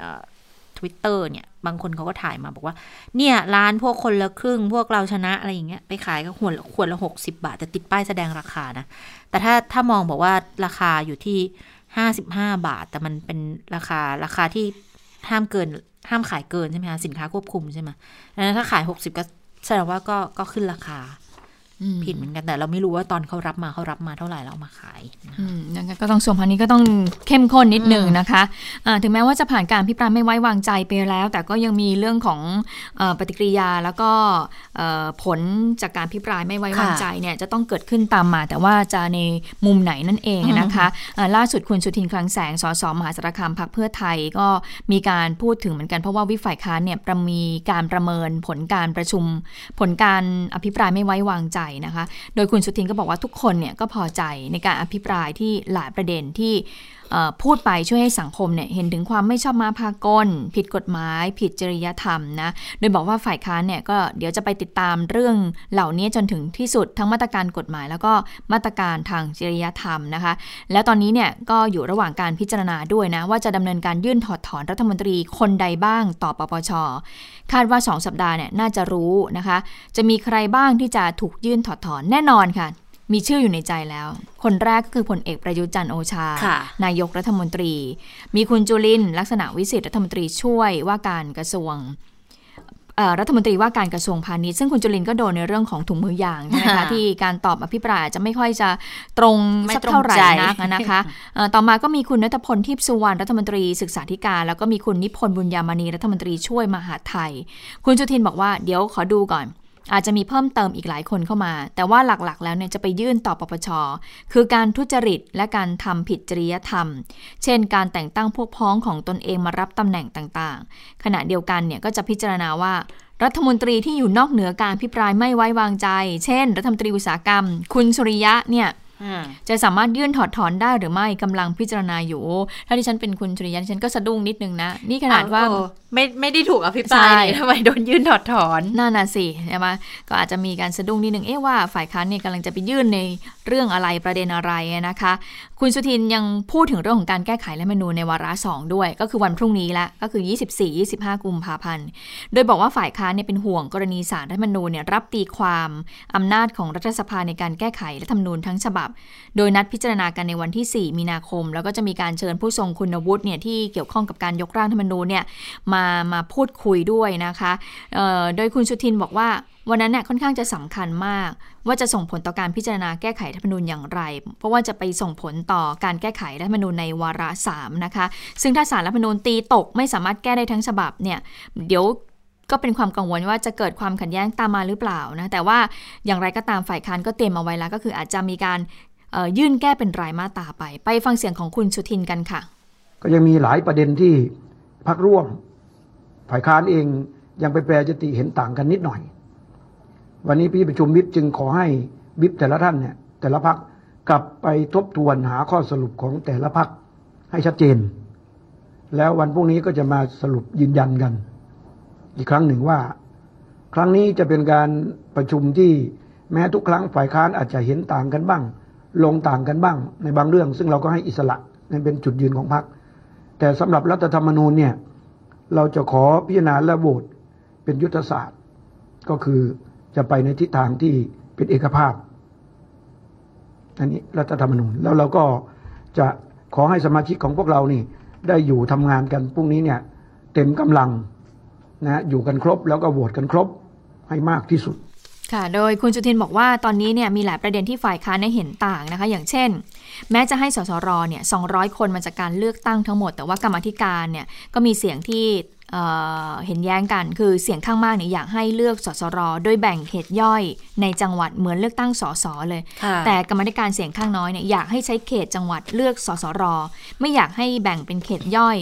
Twitter เนี่ยบางคนเขาก็ถ่ายมาบอกว่าเนี่ยร้านพวกคนละครึ่งพวกเราชนะอะไรอย่างเงี้ยไปขายก็ขวดขวดละหกสิบบาทแต่ติดป้ายแสดงราคานะแต่ถ้าถ้ามองบอกว่าราคาอยู่ที่ห้าสิบห้าบาทแต่มันเป็นราคาราคาที่ห้ามเกินห้ามขายเกินใช่ไหมคะสินค้าควบคุมใช่ไหมแล้วถ้าขายหกสิบก็แสดงว่าก็ก็ขึ้นราคาผิดเหมือนกันแต่เราไม่รู้ว่าตอนเขารับมาเขารับมาเท่าไหร่แล้วเอามาขายนะคะก็ต้องส่วนพันนี้ก็ต้องเข้มข้นนิดนึงนะคะถึงแม้ว่าจะผ่านการพิพากษาไม่ไว้วางใจไปแล้วแต่ก็ยังมีเรื่องของปฏิกิริยาแล้วก็ผลจากการพิพากษาไม่ไว้วางใจเนี่ยจะต้องเกิดขึ้นตามมาแต่ว่าจะในมุมไหนนั่นเองนะคะล่าสุดคุณสุทินคลังแสงสสมหาสารคามพรรคเพื่อไทยก็มีการพูดถึงเหมือนกันเพราะว่าวิฝ่ายค้านเนี่ยมีการประเมินผลการประชุมผลการอภิปรายไม่ไว้วางใจนะคะโดยคุณสุทินก็บอกว่าทุกคนเนี่ยก็พอใจในการอภิปรายที่หลายประเด็นที่พูดไปช่วยให้สังคมเนี่ยเห็นถึงความไม่ชอบมาพากลผิดกฎหมายผิดจริยธรรมนะโดยบอกว่าฝ่ายค้านเนี่ยก็เดี๋ยวจะไปติดตามเรื่องเหล่านี้จนถึงที่สุดทั้งมาตรการกฎหมายแล้วก็มาตรการทางจริยธรรมนะคะแล้วตอนนี้เนี่ยก็อยู่ระหว่างการพิจารณาด้วยนะว่าจะดำเนินการยื่นถอดถอนรัฐมนตรีคนใดบ้างต่อปปช.คาดว่าสองสัปดาห์เนี่ยน่าจะรู้นะคะจะมีใครบ้างที่จะถูกยื่นถอดถอนแน่นอนค่ะมีชื่ออยู่ในใจแล้วคนแรกก็คือพลเอกประยุทธ์จันทร์โอชานายกรัฐมนตรีมีคุณจุลินทร์ลักษณะวิสิทธิ์รัฐมนตรีช่วยว่าการกระทรวงรัฐมนตรีว่าการกระทรวงพาณิชย์ซึ่งคุณจุลินทร์ก็โดนในเรื่องของถุงมือยางนะคะที่การตอบอภิปรายจะไม่ค่อยจะตรงสักเท่าไหร่นักนะคะต่อมาก็มีคุณณัฐพลทิพย์สุวรรณรัฐมนตรีศึกษาธิการแล้วก็มีคุณนิพนธ์บุญญามณีรัฐมนตรีช่วยมหาดไทยคุณสุทินบอกว่าเดี๋ยวขอดูก่อนอาจจะมีเพิ่มเติมอีกหลายคนเข้ามาแต่ว่าหลักๆแล้วเนี่ยจะไปยื่นต่อปปช.คือการทุจริตและการทำผิดจริยธรรมเช่นการแต่งตั้งพวกพ้องของตนเองมารับตำแหน่งต่างๆขณะเดียวกันเนี่ยก็จะพิจารณาว่ารัฐมนตรีที่อยู่นอกเหนือการพิปรายไม่ไว้วางใจเช่นรัฐมนตรีอุตสาหกรรมคุณสุริยะเนี่ยจะสามารถยื่นถอดถอนได้หรือไม่กำลังพิจารณาอยู่ถ้าดิฉันเป็นคุณสุริยะดิฉันก็สะดุ้งนิดนึงนะนี่ขนาดว่าไม่ไม่ได้ถูกอภิปรายทำไมโดนยื่นถอดถอนนั่นน่ะสิใช่ไหมก็อาจจะมีการสะดุ้งนิดนึงเอ๊ะว่าฝ่ายค้านเนี่ยกำลังจะไปยื่นในเรื่องอะไรประเด็นอะไรนะคะคุณสุทินยังพูดถึงเรื่องของการแก้ไขรัฐธรรมนูญในวาระสองด้วยก็คือวันพรุ่งนี้ละก็คือ ยี่สิบสี่ ยี่สิบห้า กุมภาพันธ์โดยบอกว่าฝ่ายค้านเนี่ยเป็นห่วงกรณีศาลรัฐธรรมนูญเนี่ยรับตีความอำนาจของรัฐสภาในการแก้ไขรัฐธรรมนูญทั้งฉบับโดยนัดพิจารณากันในวันที่สี่มีนาคมแล้วก็จะมีการเชิญผู้ทรงคุณวุฒิเนี่ยที่เกี่ยวข้องกับการยกร่างรัฐธรรมนูญเนี่ยมามาพูดคุยด้วยนะคะโดยคุณสุทินบอกว่าวันนั้นเนี่ยค่อนข้างจะสำคัญมากว่าจะส่งผลต่อการพิจารณาแก้ไขรัฐธรรมนูญอย่างไรเพราะว่าจะไปส่งผลต่อการแก้ไขรัฐธรรมนูญในวาระสามนะคะซึ่งถ้าศาลรัฐธรรมนูญตีตกไม่สามารถแก้ได้ทั้งฉบับเนี่ยเดี๋ยวก็เป็นความกังวลว่าจะเกิดความขัดแย้งตามมาหรือเปล่านะแต่ว่าอย่างไรก็ตามฝ่ายค้านก็เตรียมเอาไว้แล้วก็คืออาจจะมีการยื่นแก้เป็นรายมาตราไปไปฟังเสียงของคุณสุทินกันค่ะก็ยังมีหลายประเด็นที่พรรคร่วมฝ่ายค้านเองยังไปแปรยติเห็นต่างกันนิดหน่อยวันนี้ที่ประชุมวิปจึงขอให้วิปแต่ละท่านเนี่ยแต่ละพรรคกลับไปทบทวนหาข้อสรุปของแต่ละพรรคให้ชัดเจนแล้ววันพรุ่งนี้ก็จะมาสรุปยืนยันกันอีกครั้งหนึ่งว่าครั้งนี้จะเป็นการประชุมที่แม้ทุกครั้งฝ่ายค้านอาจจะเห็นต่างกันบ้างลงต่างกันบ้างในบางเรื่องซึ่งเราก็ให้อิสระนั่นเป็นจุดยืนของพรรคแต่สำหรับรัฐธรรมนูญเนี่ยเราจะขอพิจารณาและโหวตเป็นยุทธศาสตร์ก็คือจะไปในทิศทางที่เป็นเอกภาพอันนี้รัฐธรรมนูญแล้วเราก็จะขอให้สมาชิกของพวกเรานี่ได้อยู่ทำงานกันพรุ่งนี้เนี่ยเต็มกำลังนะอยู่กันครบแล้วก็โหวตกันครบให้มากที่สุดค่ะโดยคุณสุทินบอกว่าตอนนี้เนี่ยมีหลายประเด็นที่ฝ่ายค้านได้เห็นต่างนะคะอย่างเช่นแม้จะให้สสรเนี่ยสองร้อยคนมาจากการเลือกตั้งทั้งหมดแต่ว่ากรรมาธิการเนี่ยก็มีเสียงที่เอ่อเห็นแย้งกันคือเสียงข้างมากเนี่ยอยากให้เลือกสสรโดยแบ่งเขตย่อยในจังหวัดเหมือนเลือกตั้งสสเลยแต่กรรมาธิการเสียงข้างน้อยเนี่ยอยากให้ใช้เขตจังหวัดเลือกสสรไม่อยากให้แบ่งเป็นเขตย่อย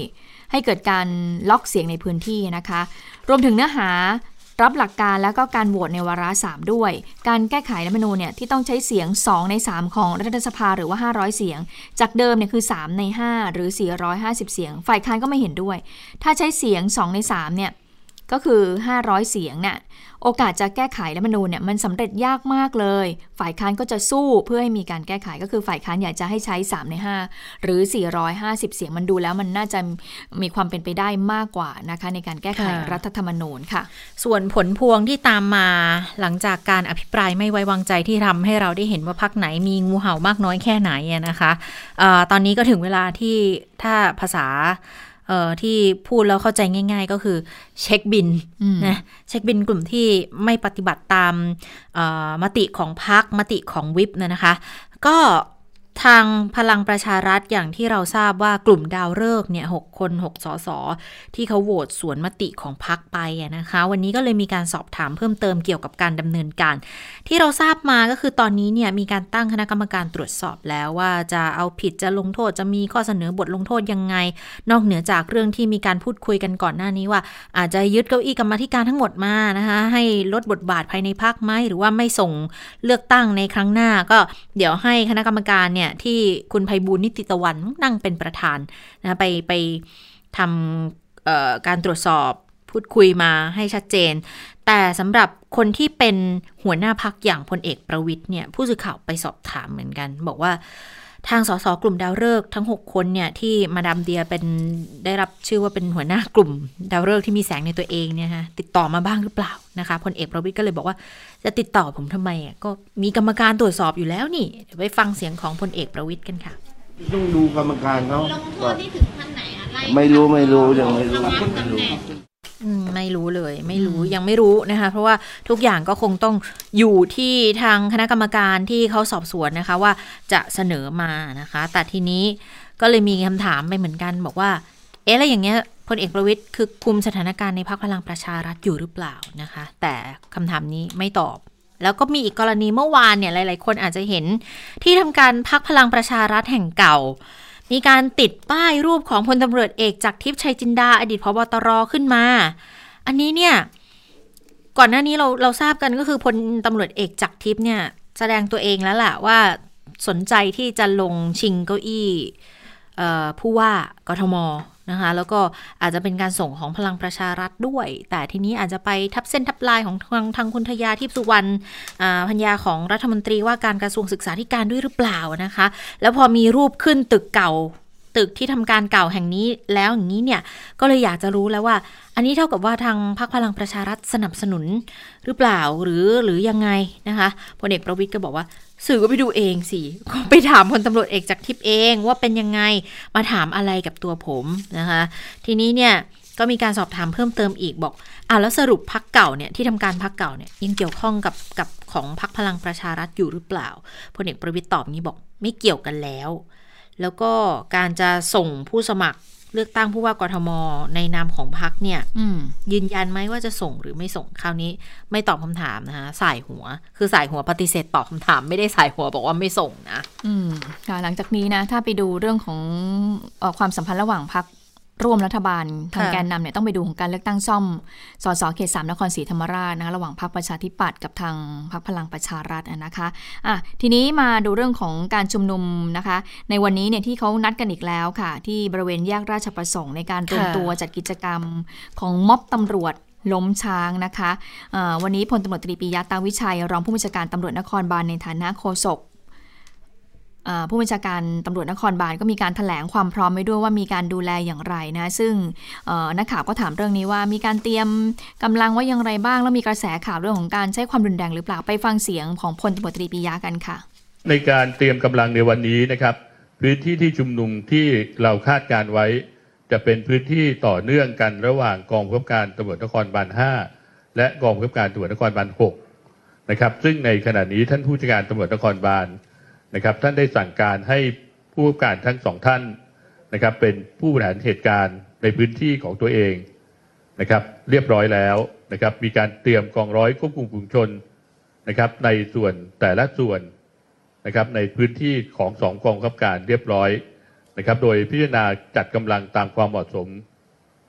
ให้เกิดการล็อกเสียงในพื้นที่นะคะรวมถึงเนื้อหารับหลักการแล้วก็การโหวตในวาระสามด้วยการแก้ไขรัฐธรรมนูญเนี่ยที่ต้องใช้เสียงสองในสามของรัฐสภาหรือว่าห้าร้อยเสียงจากเดิมเนี่ยคือสามในห้าหรือสี่ร้อยห้าสิบเสียงฝ่ายค้านก็ไม่เห็นด้วยถ้าใช้เสียงสองในสามเนี่ยก็คือห้าร้อยเสียงเนี่ยโอกาสจะแก้ไขรัฐธรรมนูญเนี่ยมันสำเร็จยากมากเลยฝ่ายค้านก็จะสู้เพื่อให้มีการแก้ไขก็คือฝ่ายค้านอยากจะให้ใช้สามในห้าหรือสี่ร้อยห้าสิบเสียงมันดูแล้วมันน่าจะมีความเป็นไปได้มากกว่านะคะในการแก้ไขรัฐธรรมนูญค่ะส่วนผลพวงที่ตามมาหลังจากการอภิปรายไม่ไว้วางใจที่ทำให้เราได้เห็นว่าพรรคไหนมีงูเห่ามากน้อยแค่ไหนนะคะเอ่อตอนนี้ก็ถึงเวลาที่ถ้าภาษาเอ่อที่พูดแล้วเข้าใจง่ายๆก็คือเช็คบินนะเช็คบินกลุ่มที่ไม่ปฏิบัติตามมติของพรรคมติของวิปนะคะก็ทางพลังประชารัฐอย่างที่เราทราบว่ากลุ่มดาวฤกษ์เนี่ยหกคนหกสสที่เขาโหวตสวนมติของพรรคไปนะคะวันนี้ก็เลยมีการสอบถามเพิ่มเติมเกี่ยวกับการดำเนินการที่เราทราบมาก็คือตอนนี้เนี่ยมีการตั้งคณะกรรมการตรวจสอบแล้วว่าจะเอาผิดจะลงโทษจะมีข้อเสนอบทลงโทษยังไงนอกเหนือจากเรื่องที่มีการพูดคุยกันก่อนหน้านี้ว่าอาจจะยึดเก้าอี้กรรมาธิการทั้งหมดมานะคะให้ลดบทบาทภายในพรรคไหมหรือว่าไม่ส่งเลือกตั้งในครั้งหน้าก็เดี๋ยวให้คณะกรรมการเนี่ยที่คุณไพบูลย์นิติตะวันนั่งเป็นประธานนะไปไปทำการตรวจสอบพูดคุยมาให้ชัดเจนแต่สำหรับคนที่เป็นหัวหน้าพรรคอย่างพลเอกประวิตรเนี่ยผู้สื่อข่าวไปสอบถามเหมือนกันบอกว่าทางสสกลุ่มดาวฤกษ์ทั้งหกคนเนี่ยที่มาดามเดียเป็นได้รับชื่อว่าเป็นหัวหน้ากลุ่มดาวฤกษ์ที่มีแสงในตัวเองเนี่ยฮะติดต่อมาบ้างหรือเปล่านะคะพลเอกประวิตรก็เลยบอกว่าจะติดต่อผมทำไมอ่ะก็มีกรรมการตรวจสอบอยู่แล้วนี่เดี๋ยวไปฟังเสียงของพลเอกประวิตรกันค่ะต้องดูกรรมการเขาลงโทษที่ถึงขั้นไหนอะไล่ไม่รู้ไม่รู้ยังไม่รู้ไม่รู้ไม่รู้เลยไม่รู้ยังไม่รู้นะคะเพราะว่าทุกอย่างก็คงต้องอยู่ที่ทางคณะกรรมการที่เขาสอบสวนนะคะว่าจะเสนอมานะคะแต่ทีนี้ก็เลยมีคำถามไปเหมือนกันบอกว่าเอ๊ะแล้วอย่างเงี้ยพลเอกประวิตรคือคุมสถานการณ์ในพรรคพลังประชารัฐอยู่หรือเปล่านะคะแต่คำถามนี้ไม่ตอบแล้วก็มีอีกกรณีเมื่อวานเนี่ยหลายๆคนอาจจะเห็นที่ทำการพรรคพลังประชารัฐแห่งเก่ามีการติดป้ายรูปของพลตำรวจเอกจักรทิพย์ชัยจินดาอดีตผบตรขึ้นมาอันนี้เนี่ยก่อนหน้านี้เราเราทราบกันก็คือพลตำรวจเอกจักรทิพย์เนี่ยแสดงตัวเองแล้วล่ะว่าสนใจที่จะลงชิงเก้าอี้ผู้ว่ากทมนะคะแล้วก็อาจจะเป็นการส่งของพลังประชารัฐด้วยแต่ทีนี้อาจจะไปทับเส้นทับลายของทางทางคุณทยาทิพย์สุวรรณภรรยาของรัฐมนตรีว่าการกระทรวงศึกษาธิการด้วยหรือเปล่านะคะแล้วพอมีรูปขึ้นตึกเก่าตึกที่ทำการเก่าแห่งนี้แล้วอย่างนี้เนี่ยก็เลยอยากจะรู้แล้วว่าอันนี้เท่ากับว่าทางพรรคพลังประชารัฐสนับสนุนหรือเปล่าหรือหรือยังไงนะคะพลเอกประวิตรก็บอกว่าสื่อก็ไปดูเองสิก็ไปถามพลตำรวจเอกจักรทิพย์เองว่าเป็นยังไงมาถามอะไรกับตัวผมนะคะทีนี้เนี่ยก็มีการสอบถามเพิ่มเติมอีกบอกอ่ะแล้วสรุปพรรคเก่าเนี่ยที่ทำการพรรคเก่าเนี่ยยังเกี่ยวข้องกับกับของพรรคพลังประชารัฐอยู่หรือเปล่าพลเอกประวิตรตอบงี้บอกไม่เกี่ยวกันแล้วแล้วก็การจะส่งผู้สมัครเลือกตั้งผู้ว่ากทมในนามของพรรคเนี่ยยืนยันไหมว่าจะส่งหรือไม่ส่งคราวนี้ไม่ตอบคำถามนะคะสายหัวคือสายหัวปฏิเสธตอบคำถามไม่ได้สายหัวบอกว่าไม่ส่งนะอืมค่ะหลังจากนี้นะถ้าไปดูเรื่องของเอ่อความสัมพันธ์ระหว่างพรรคร่วมรัฐบาลทางแกนนำเนี่ยต้องไปดูของการเลือกตั้งซ่อมสสเขตสามนครศรีธรรมราชนะคะระหว่างพรรคประชาธิปัตย์กับทางพรรคพลังประชารัฐนะคะอ่ะทีนี้มาดูเรื่องของการชุมนุมนะคะในวันนี้เนี่ยที่เขานัดกันอีกแล้วค่ะที่บริเวณแยกราชประสงค์ในการรวมตัวจัดกิจกรรมของม็อบตำรวจล้มช้างนะคะะวันนี้พลตำรวจตรีปิยะตาวิชัยรองผู้บัญชาการตำรวจนครบาลในฐานะโฆษกผู้บัญชาการตำรวจนครบาลก็มีการแถลงความพร้อมไว้ด้วยว่ามีการดูแลอย่างไรนะซึ่งนักข่าวก็ถามเรื่องนี้ว่ามีการเตรียมกำลังไว้อย่างไรบ้างแล้วมีกระแสข่าวเรื่องของการใช้ความรุนแรงหรือเปล่าไปฟังเสียงของพลตำรวจตรีปิยะกันค่ะในการเตรียมกำลังในวันนี้นะครับพื้นที่ที่ชุมนุมที่เราคาดการไว้จะเป็นพื้นที่ต่อเนื่องกันระหว่างกองบังคับการตำรวจนครบาลห้าและกองบังคับการตำรวจนครบาลหกนะครับซึ่งในขณะนี้ท่านผู้จัดการตำรวจนครบาลนะครับท่านได้สั่งการให้ผู้กำกับการทั้งสองท่านนะครับเป็นผู้บริหารเหตุการณ์ในพื้นที่ของตัวเองนะครับเรียบร้อยแล้วนะครับมีการเตรียมกองร้อยควบคุมฝูงชนนะครับในส่วนแต่ละส่วนนะครับในพื้นที่ของสองกองบังคับการเรียบร้อยนะครับโดยพิจารณาจัดกำลังตามความเหมาะสม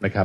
นะครับ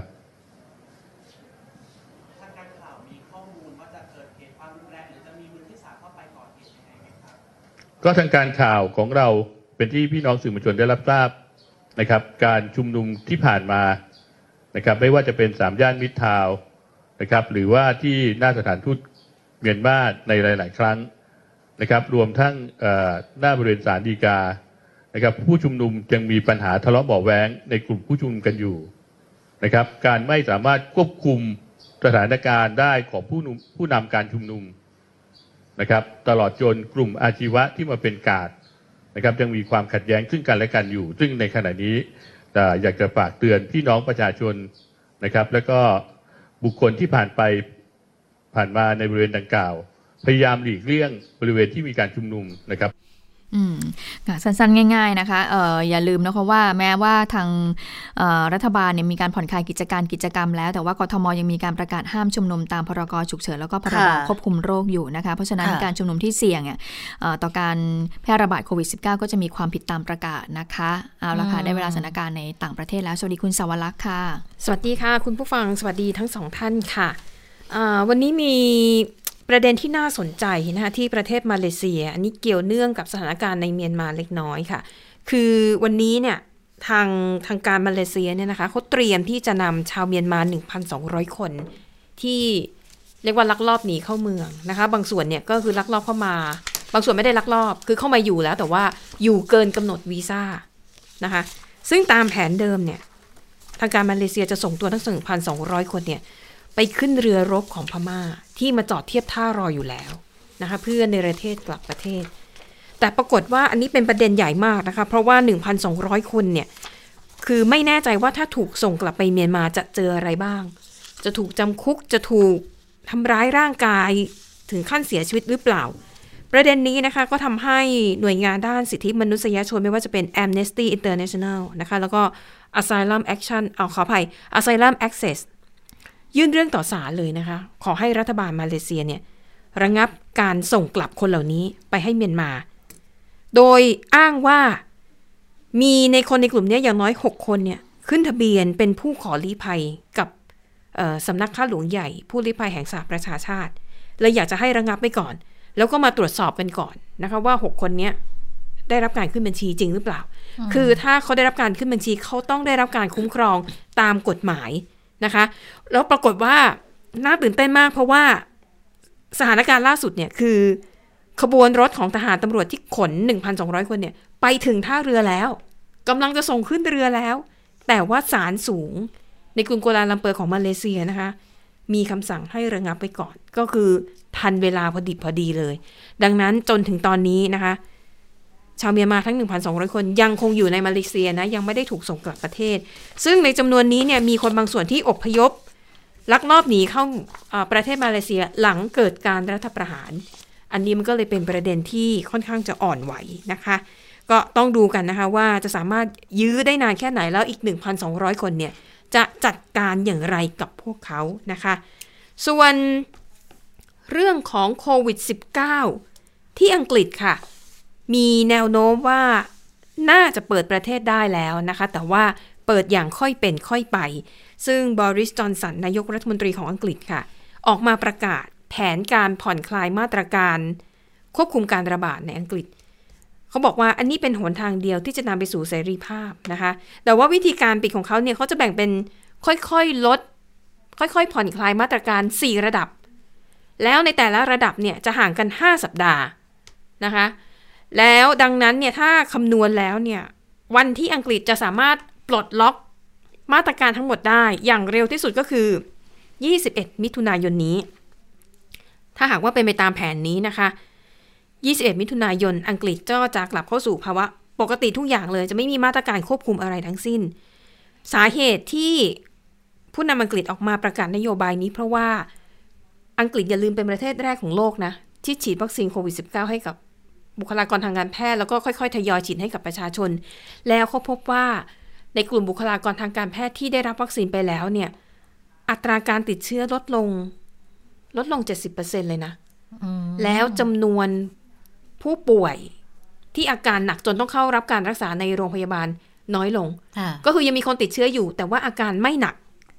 ทางการข่าวมีข้อมูลว่าจะเกิดเหตุความรุนแรงหรือจะมีมือที่สามเข้าไปก่อเหตุยังไงไหมครับก็ทางการข่าวของเราเป็นที่พี่น้องสื่อมวลชนได้รับทราบนะครับการชุมนุมที่ผ่านมานะครับไม่ว่าจะเป็นสามย่านมิตรทาวน์นะครับหรือว่าที่หน้าสถานทูตเมียนมาในหลายๆครั้งนะครับรวมทั้งหน้าบริเวณศาลฎีกานะครับผู้ชุมนุมยังมีปัญหาทะเลาะเบาะแว้งในกลุ่มผู้ชุมนุมกันอยู่นะครับการไม่สามารถควบคุมสถานการณ์ได้ของผู้ผู้นำการชุมนุมนะครับตลอดจนกลุ่มอาชีวะที่มาเป็นกาดนะครับยังมีความขัดแย้งซึ่งกันและกันอยู่ซึ่งในขณะนี้อยากจะฝากเตือนพี่น้องประชาชนนะครับแล้วก็บุคคลที่ผ่านไปผ่านมาในบริเวณดังกล่าวพยายามหลีกเลี่ยงบริเวณที่มีการชุมนุมนะครับอืมสั้นๆง่ายๆนะคะเอ่ออย่าลืมนะคะว่าแม้ว่าทางรัฐบาลเนี่ยมีการผ่อนคลายกิจการกิจกรรมแล้วแต่ว่ากทมยังมีการประกาศห้ามชุมนุมตามพรกฉุกเฉินแล้วก็พรบควบคุมโรคอยู่นะคะเพราะฉะนั้นการชุมนุมที่เสี่ยงเนี่ยต่อการแพร่ระบาดโควิด สิบเก้า ก็จะมีความผิดตามประกาศนะคะเอาละค่ะได้เวลาสถานการณ์ในต่างประเทศแล้วสวัสดีคุณสวรักษ์ค่ะสวัสดีค่ะคุณผู้ฟังสวัสดีทั้งสองท่านค่ะวันนี้มีประเด็นที่น่าสนใจนะคะที่ประเทศมาเลเซียอันนี้เกี่ยวเนื่องกับสถานการณ์ในเมียนมาเล็กน้อยค่ะคือวันนี้เนี่ยทางทางการมาเลเซียเนี่ยนะคะเขาเตรียมที่จะนำชาวเมียนมา หนึ่งพันสองร้อย คนที่เรียกว่าลักลอบหนีเข้าเมืองนะคะบางส่วนเนี่ยก็คือลักลอบเข้ามาบางส่วนไม่ได้ลักลอบคือเข้ามาอยู่แล้วแต่ว่าอยู่เกินกำหนดวีซ่านะคะซึ่งตามแผนเดิมเนี่ยทางการมาเลเซียจะส่งตัวทั้ง หนึ่งพันสองร้อย คนเนี่ยไปขึ้นเรือรบของพม่าที่มาจอดเทียบท่ารออยู่แล้วนะคะเพื่อในประเทศกลับประเทศแต่ปรากฏว่าอันนี้เป็นประเด็นใหญ่มากนะคะเพราะว่า หนึ่งพันสองร้อย คนเนี่ยคือไม่แน่ใจว่าถ้าถูกส่งกลับไปเมียนมาจะเจออะไรบ้างจะถูกจำคุกจะถูกทำร้ายร่างกายถึงขั้นเสียชีวิตหรือเปล่าประเด็นนี้นะคะก็ทำให้หน่วยงานด้านสิทธิมนุษยชนไม่ว่าจะเป็น Amnesty International นะคะแล้วก็ Asylum Action เอาขออภัย Asylum Accessยื่นเรื่องต่อศาลเลยนะคะขอให้รัฐบาลมาเลเซียเนี่ยระงับการส่งกลับคนเหล่านี้ไปให้เมียนมาโดยอ้างว่ามีในคนในกลุ่มนี้อย่างน้อยหกคนเนี่ยขึ้นทะเบียนเป็นผู้ขอลี้ภัยกับสำนักข้าหลวงใหญ่ผู้ลี้ภัยแห่งสหประชาชาติเลยอยากจะให้ระงับไปก่อนแล้วก็มาตรวจสอบกันก่อนนะคะว่าหกคนนี้ได้รับการขึ้นบัญชีจริงหรือเปล่าคือถ้าเขาได้รับการขึ้นบัญชีเขาต้องได้รับการคุ้มครองตามกฎหมายนะคะแล้วปรากฏว่าน่าตื่นเต้นมากเพราะว่าสถานการณ์ล่าสุดเนี่ยคือขบวนรถของทหารตำรวจที่ขน หนึ่งพันสองร้อย คนเนี่ยไปถึงท่าเรือแล้วกำลังจะส่งขึ้นเรือแล้วแต่ว่าศาลสูงในกรุงกัวลาลัมเปอร์ของมาเลเซียนะคะมีคำสั่งให้ระงับไปก่อนก็คือทันเวลาพอดิบพอดีเลยดังนั้นจนถึงตอนนี้นะคะชาวเมียนมาทั้ง หนึ่งพันสองร้อย คนยังคงอยู่ในมาเลเซียนะยังไม่ได้ถูกส่งกลับประเทศซึ่งในจำนวนนี้เนี่ยมีคนบางส่วนที่อพยพลักลอบหนีเข้าประเทศมาเลเซียหลังเกิดการรัฐประหารอันนี้มันก็เลยเป็นประเด็นที่ค่อนข้างจะอ่อนไหวนะคะก็ต้องดูกันนะคะว่าจะสามารถยื้อได้นานแค่ไหนแล้วอีก หนึ่งพันสองร้อย คนเนี่ยจะจัดการอย่างไรกับพวกเขานะคะส่วนเรื่องของโควิด สิบเก้า ที่อังกฤษค่ะมีแนวโน้มว่าน่าจะเปิดประเทศได้แล้วนะคะแต่ว่าเปิดอย่างค่อยเป็นค่อยไปซึ่งบอริส จอนสันนายกรัฐมนตรีของอังกฤษค่ะออกมาประกาศแผนการผ่อนคลายมาตรการควบคุมการระบาดในอังกฤษเขาบอกว่าอันนี้เป็นหนทางเดียวที่จะนำไปสู่เสรีภาพนะคะแต่ว่าวิธีการปิดของเขาเนี่ยเขาจะแบ่งเป็นค่อยๆลดค่อยๆผ่อนคลายมาตรการสี่ระดับแล้วในแต่ละระดับเนี่ยจะห่างกันห้าสัปดาห์นะคะแล้วดังนั้นเนี่ยถ้าคำนวณแล้วเนี่ยวันที่อังกฤษจะสามารถปลดล็อกมาตรการทั้งหมดได้อย่างเร็วที่สุดก็คือยี่สิบเอ็ดมิถุนายนนี้ถ้าหากว่าเป็นไปตามแผนนี้นะคะยี่สิบเอ็ดมิถุนายนอังกฤษก็จะกลับเข้าสู่ภาวะปกติทุกอย่างเลยจะไม่มีมาตรการควบคุมอะไรทั้งสิ้นสาเหตุที่ผู้นำอังกฤษออกมาประกาศนโยบายนี้เพราะว่าอังกฤษอย่าลืมเป็นประเทศแรกของโลกนะที่ฉีดวัคซีนโควิด สิบเก้า ให้กับบุคลากรทางการแพทย์แล้วก็ค่อยๆทยอยฉีดให้กับประชาชนแล้วเขาพบว่าในกลุ่มบุคลากรทางการแพทย์ที่ได้รับวัคซีนไปแล้วเนี่ยอัตราการติดเชื้อลดลงลดลง เจ็ดสิบเปอร์เซ็นต์ เลยนะแล้วจำนวนผู้ป่วยที่อาการหนักจนต้องเข้ารับการรักษาในโรงพยาบาลน้อยลงก็คือยังมีคนติดเชื้ออยู่แต่ว่าอาการไม่หนัก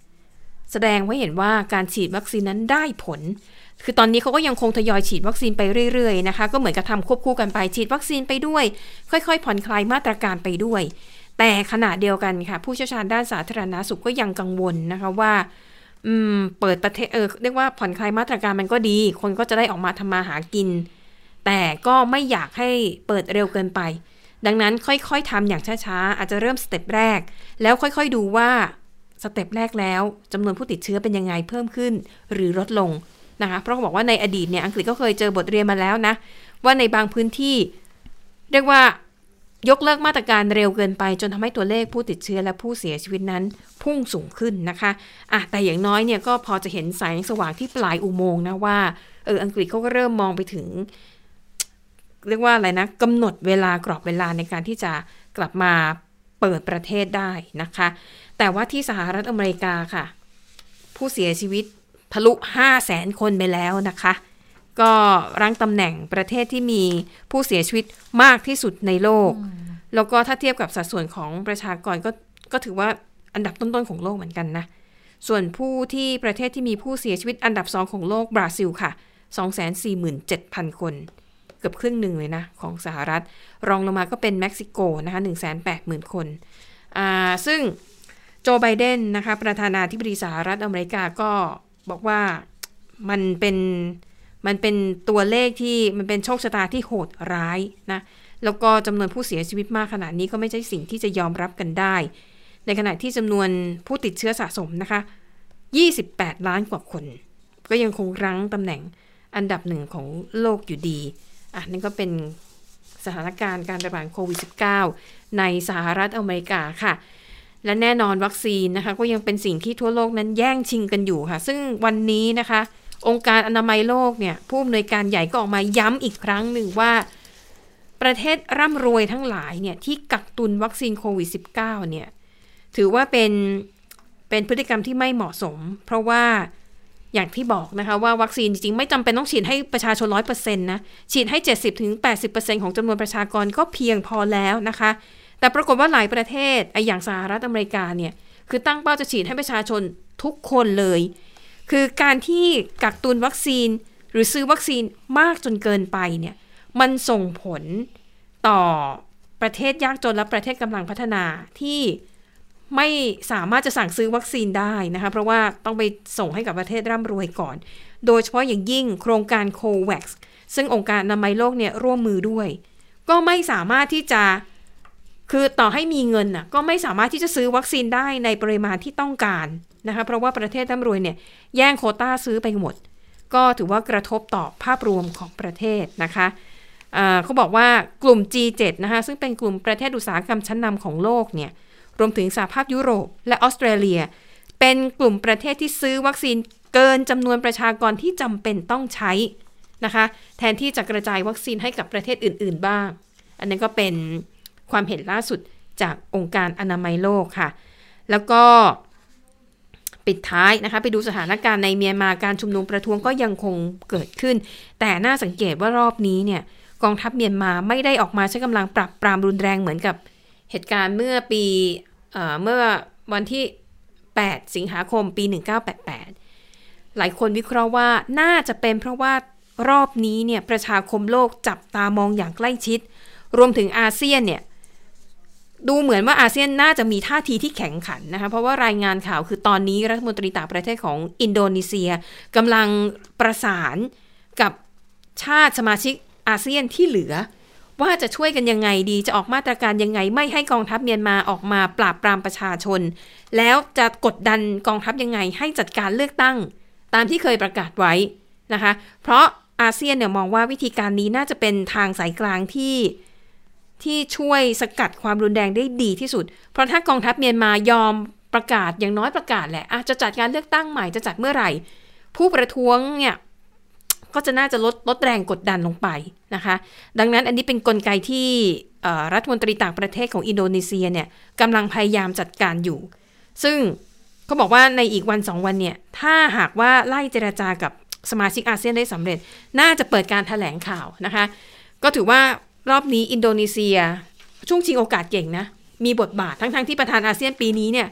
แสดงไว้เห็นว่าการฉีดวัคซีนนั้นได้ผลคือตอนนี้เขาก็ยังคงทยอยฉีดวัคซีนไปเรื่อยๆนะคะก็เหมือนกับทำควบคู่กันไปฉีดวัคซีนไปด้วยค่อยๆผ่อนคลายมาตรการไปด้วยแต่ขณะเดียวกันค่ะผู้เชี่ยวชาญด้านสาธารณสุขก็ยังกังวลนะคะว่าอืมเปิดประเทศเออเรียกว่าผ่อนคลายมาตรการมันก็ดีคนก็จะได้ออกมาทำมาหากินแต่ก็ไม่อยากให้เปิดเร็วเกินไปดังนั้นค่อยๆทำอย่างช้าๆอาจจะเริ่มสเต็ปแรกแล้วค่อยๆดูว่าสเต็ปแรกแล้วจำนวนผู้ติดเชื้อเป็นยังไงเพิ่มขึ้นหรือลดลงนะคะเพราะเขาบอกว่าในอดีตเนี่ยอังกฤษก็เคยเจอบทเรียนมาแล้วนะว่าในบางพื้นที่เรียกว่ายกเลิกมาตรการเร็วเกินไปจนทำให้ตัวเลขผู้ติดเชื้อและผู้เสียชีวิตนั้นพุ่งสูงขึ้นนะคะอ่ะแต่อย่างน้อยเนี่ยก็พอจะเห็นแสงสว่างที่ปลายอุโมงค์นะว่าเอออังกฤษเขาก็เริ่มมองไปถึงเรียกว่าอะไรนะกำหนดเวลากรอบเวลาในการที่จะกลับมาเปิดประเทศได้นะคะแต่ว่าที่สหรัฐอเมริกาค่ะผู้เสียชีวิตทะลุ ห้าแสน คนไปแล้วนะคะก็รั้งตำแหน่งประเทศที่มีผู้เสียชีวิตมากที่สุดในโลกแล้วก็ถ้าเทียบกับสัดส่วนของประชากรก็ก็ถือว่าอันดับต้นๆของโลกเหมือนกันนะส่วนผู้ที่ประเทศที่มีผู้เสียชีวิตอันดับสองของโลกบราซิลค่ะ สองแสนสี่หมื่นเจ็ดพัน คนเกือบครึ่งหนึ่งเลยนะของสหรัฐรองลงมาก็เป็นเม็กซิโกนะคะ หนึ่งแสนแปดหมื่น คนอ่าซึ่งโจไบเดนนะคะประธานาธิบดีสหรัฐอเมริกาก็บอกว่ามันเป็นมันเป็นตัวเลขที่มันเป็นโชคชะตาที่โหดร้ายนะแล้วก็จำนวนผู้เสียชีวิตมากขนาดนี้ก็ไม่ใช่สิ่งที่จะยอมรับกันได้ในขณะที่จำนวนผู้ติดเชื้อสะสมนะคะยี่สิบแปดล้านกว่าคนก็ยังคงรั้งตำแหน่งอันดับหนึ่งของโลกอยู่ดีอ่ะนั่นก็เป็นสถานการณ์การระบาดโควิด สิบเก้า ในสหรัฐอเมริกาค่ะและแน่นอนวัคซีนนะคะก็ยังเป็นสิ่งที่ทั่วโลกนั้นแย่งชิงกันอยู่ค่ะซึ่งวันนี้นะคะองค์การอนามัยโลกเนี่ยผู้อำนวยการใหญ่ก็ออกมาย้ำอีกครั้งหนึ่งว่าประเทศร่ำรวยทั้งหลายเนี่ยที่กักตุนวัคซีนโควิด สิบเก้า เนี่ยถือว่าเป็นเป็นพฤติกรรมที่ไม่เหมาะสมเพราะว่าอย่างที่บอกนะคะว่าวัคซีนจริงๆไม่จำเป็นต้องฉีดให้ประชาชน ร้อยเปอร์เซ็นต์ นะฉีดให้ เจ็ดสิบถึงแปดสิบเปอร์เซ็นต์ ของจำนวนประชากรก็เพียงพอแล้วนะคะแต่ปรากฏว่าหลายประเทศไอ้อย่างสหรัฐอเมริกาเนี่ยคือตั้งเป้าจะฉีดให้ประชาชนทุกคนเลยคือการที่กักตุนวัคซีนหรือซื้อวัคซีนมากจนเกินไปเนี่ยมันส่งผลต่อประเทศยากจนและประเทศกำลังพัฒนาที่ไม่สามารถจะสั่งซื้อวัคซีนได้นะคะเพราะว่าต้องไปส่งให้กับประเทศร่ำรวยก่อนโดยเฉพาะอย่างยิ่งโครงการโควัคซ์ซึ่งองค์การอนามัยโลกเนี่ยร่วมมือด้วยก็ไม่สามารถที่จะคือต่อให้มีเงินน่ะก็ไม่สามารถที่จะซื้อวัคซีนได้ในปริมาณที่ต้องการนะคะเพราะว่าประเทศร่ำรวยเนี่ยแย่งโควต้าซื้อไปหมดก็ถือว่ากระทบต่อภาพรวมของประเทศนะคะเขาบอกว่ากลุ่ม จี เจ็ด นะคะซึ่งเป็นกลุ่มประเทศอุตสาหกรรมชั้นนำของโลกเนี่ยรวมถึงสหภาพยุโรปและออสเตรเลียเป็นกลุ่มประเทศที่ซื้อวัคซีนเกินจำนวนประชากรที่จำเป็นต้องใช้นะคะแทนที่จะกระจายวัคซีนให้กับประเทศอื่นๆบ้างอันนั้นก็เป็นความเห็นล่าสุดจากองค์การอนามัยโลกค่ะแล้วก็ปิดท้ายนะคะไปดูสถานการณ์ในเมียนมาการชุมนุมประท้วงก็ยังคงเกิดขึ้นแต่น่าสังเกตว่ารอบนี้เนี่ยกองทัพเมียนมาไม่ได้ออกมาใช้กำลังปราบปรามรุนแรงเหมือนกับเหตุการณ์เมื่อปีเอ่อเมื่อวันที่แปดสิงหาคมปีหนึ่งเก้าแปดแปดหลายคนวิเคราะห์ว่าน่าจะเป็นเพราะว่ารอบนี้เนี่ยประชาคมโลกจับตามองอย่างใกล้ชิดรวมถึงอาเซียนเนี่ยดูเหมือนว่าอาเซียนน่าจะมีท่าทีที่แข็งขันนะคะเพราะว่ารายงานข่าวคือตอนนี้รัฐมนตรีต่างประเทศของอินโดนีเซียกำลังประสานกับชาติสมาชิกอาเซียนที่เหลือว่าจะช่วยกันยังไงดีจะออกมาตรการยังไงไม่ให้กองทัพเมียนมาออกมาปราบปรามประชาชนแล้วจะกดดันกองทัพยังไงให้จัดการเลือกตั้งตามที่เคยประกาศไว้นะคะเพราะอาเซียนเนี่ยมองว่าวิธีการนี้น่าจะเป็นทางสายกลางที่ที่ช่วยสกัดความรุนแรงได้ดีที่สุดเพราะถ้ากองทัพเมียนมายอมประกาศอย่างน้อยประกาศแหละอ่ะจะจัดการเลือกตั้งใหม่จะจัดเมื่อไหร่ผู้ประท้วงเนี่ยก็จะน่าจะลดลดแรงกดดันลงไปนะคะดังนั้นอันนี้เป็นกลไกที่รัฐมนตรีต่างประเทศของอินโดนีเซียเนี่ยกำลังพยายามจัดการอยู่ซึ่งเขาบอกว่าในอีกวันสองวันเนี่ยถ้าหากว่าไล่เจรจากับสมาชิกอาเซียนได้สำเร็จน่าจะเปิดการแถลงข่าวนะคะก็ถือว่ารอบนี้อินโดนีเซียช่วงชิงโอกาสเก่งนะมีบทบาททั้งๆที่ประธานอาเซียนปีนี้เนี่ย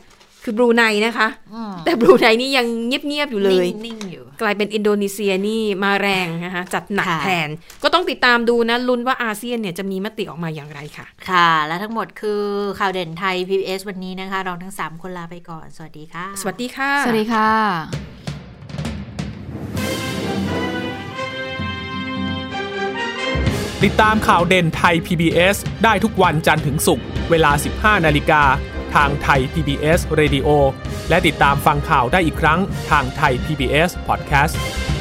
คือบรูไนนะคะแต่บรูไนนี่ยังเงียบๆอยู่เลยนิ่งๆอยู่กลายเป็นอินโดนีเซียนี่มาแรงนะคะจัดหนักแทนก็ต้องติดตามดูนะลุ้นว่าอาเซียนเนี่ยจะมีมติออกมาอย่างไรค่ะค่ะและทั้งหมดคือข่าวเด่นไทย พี บี เอส วันนี้นะคะเราทั้งสามคนลาไปก่อนสวัสดีค่ะสวัสดีค่ะสวัสดีค่ะติดตามข่าวเด่นไทย พี บี เอส ได้ทุกวันจันทร์ถึงศุกร์เวลา สิบห้านาฬิกาทางไทย พี บี เอส Radio และติดตามฟังข่าวได้อีกครั้งทางไทย พี บี เอส Podcast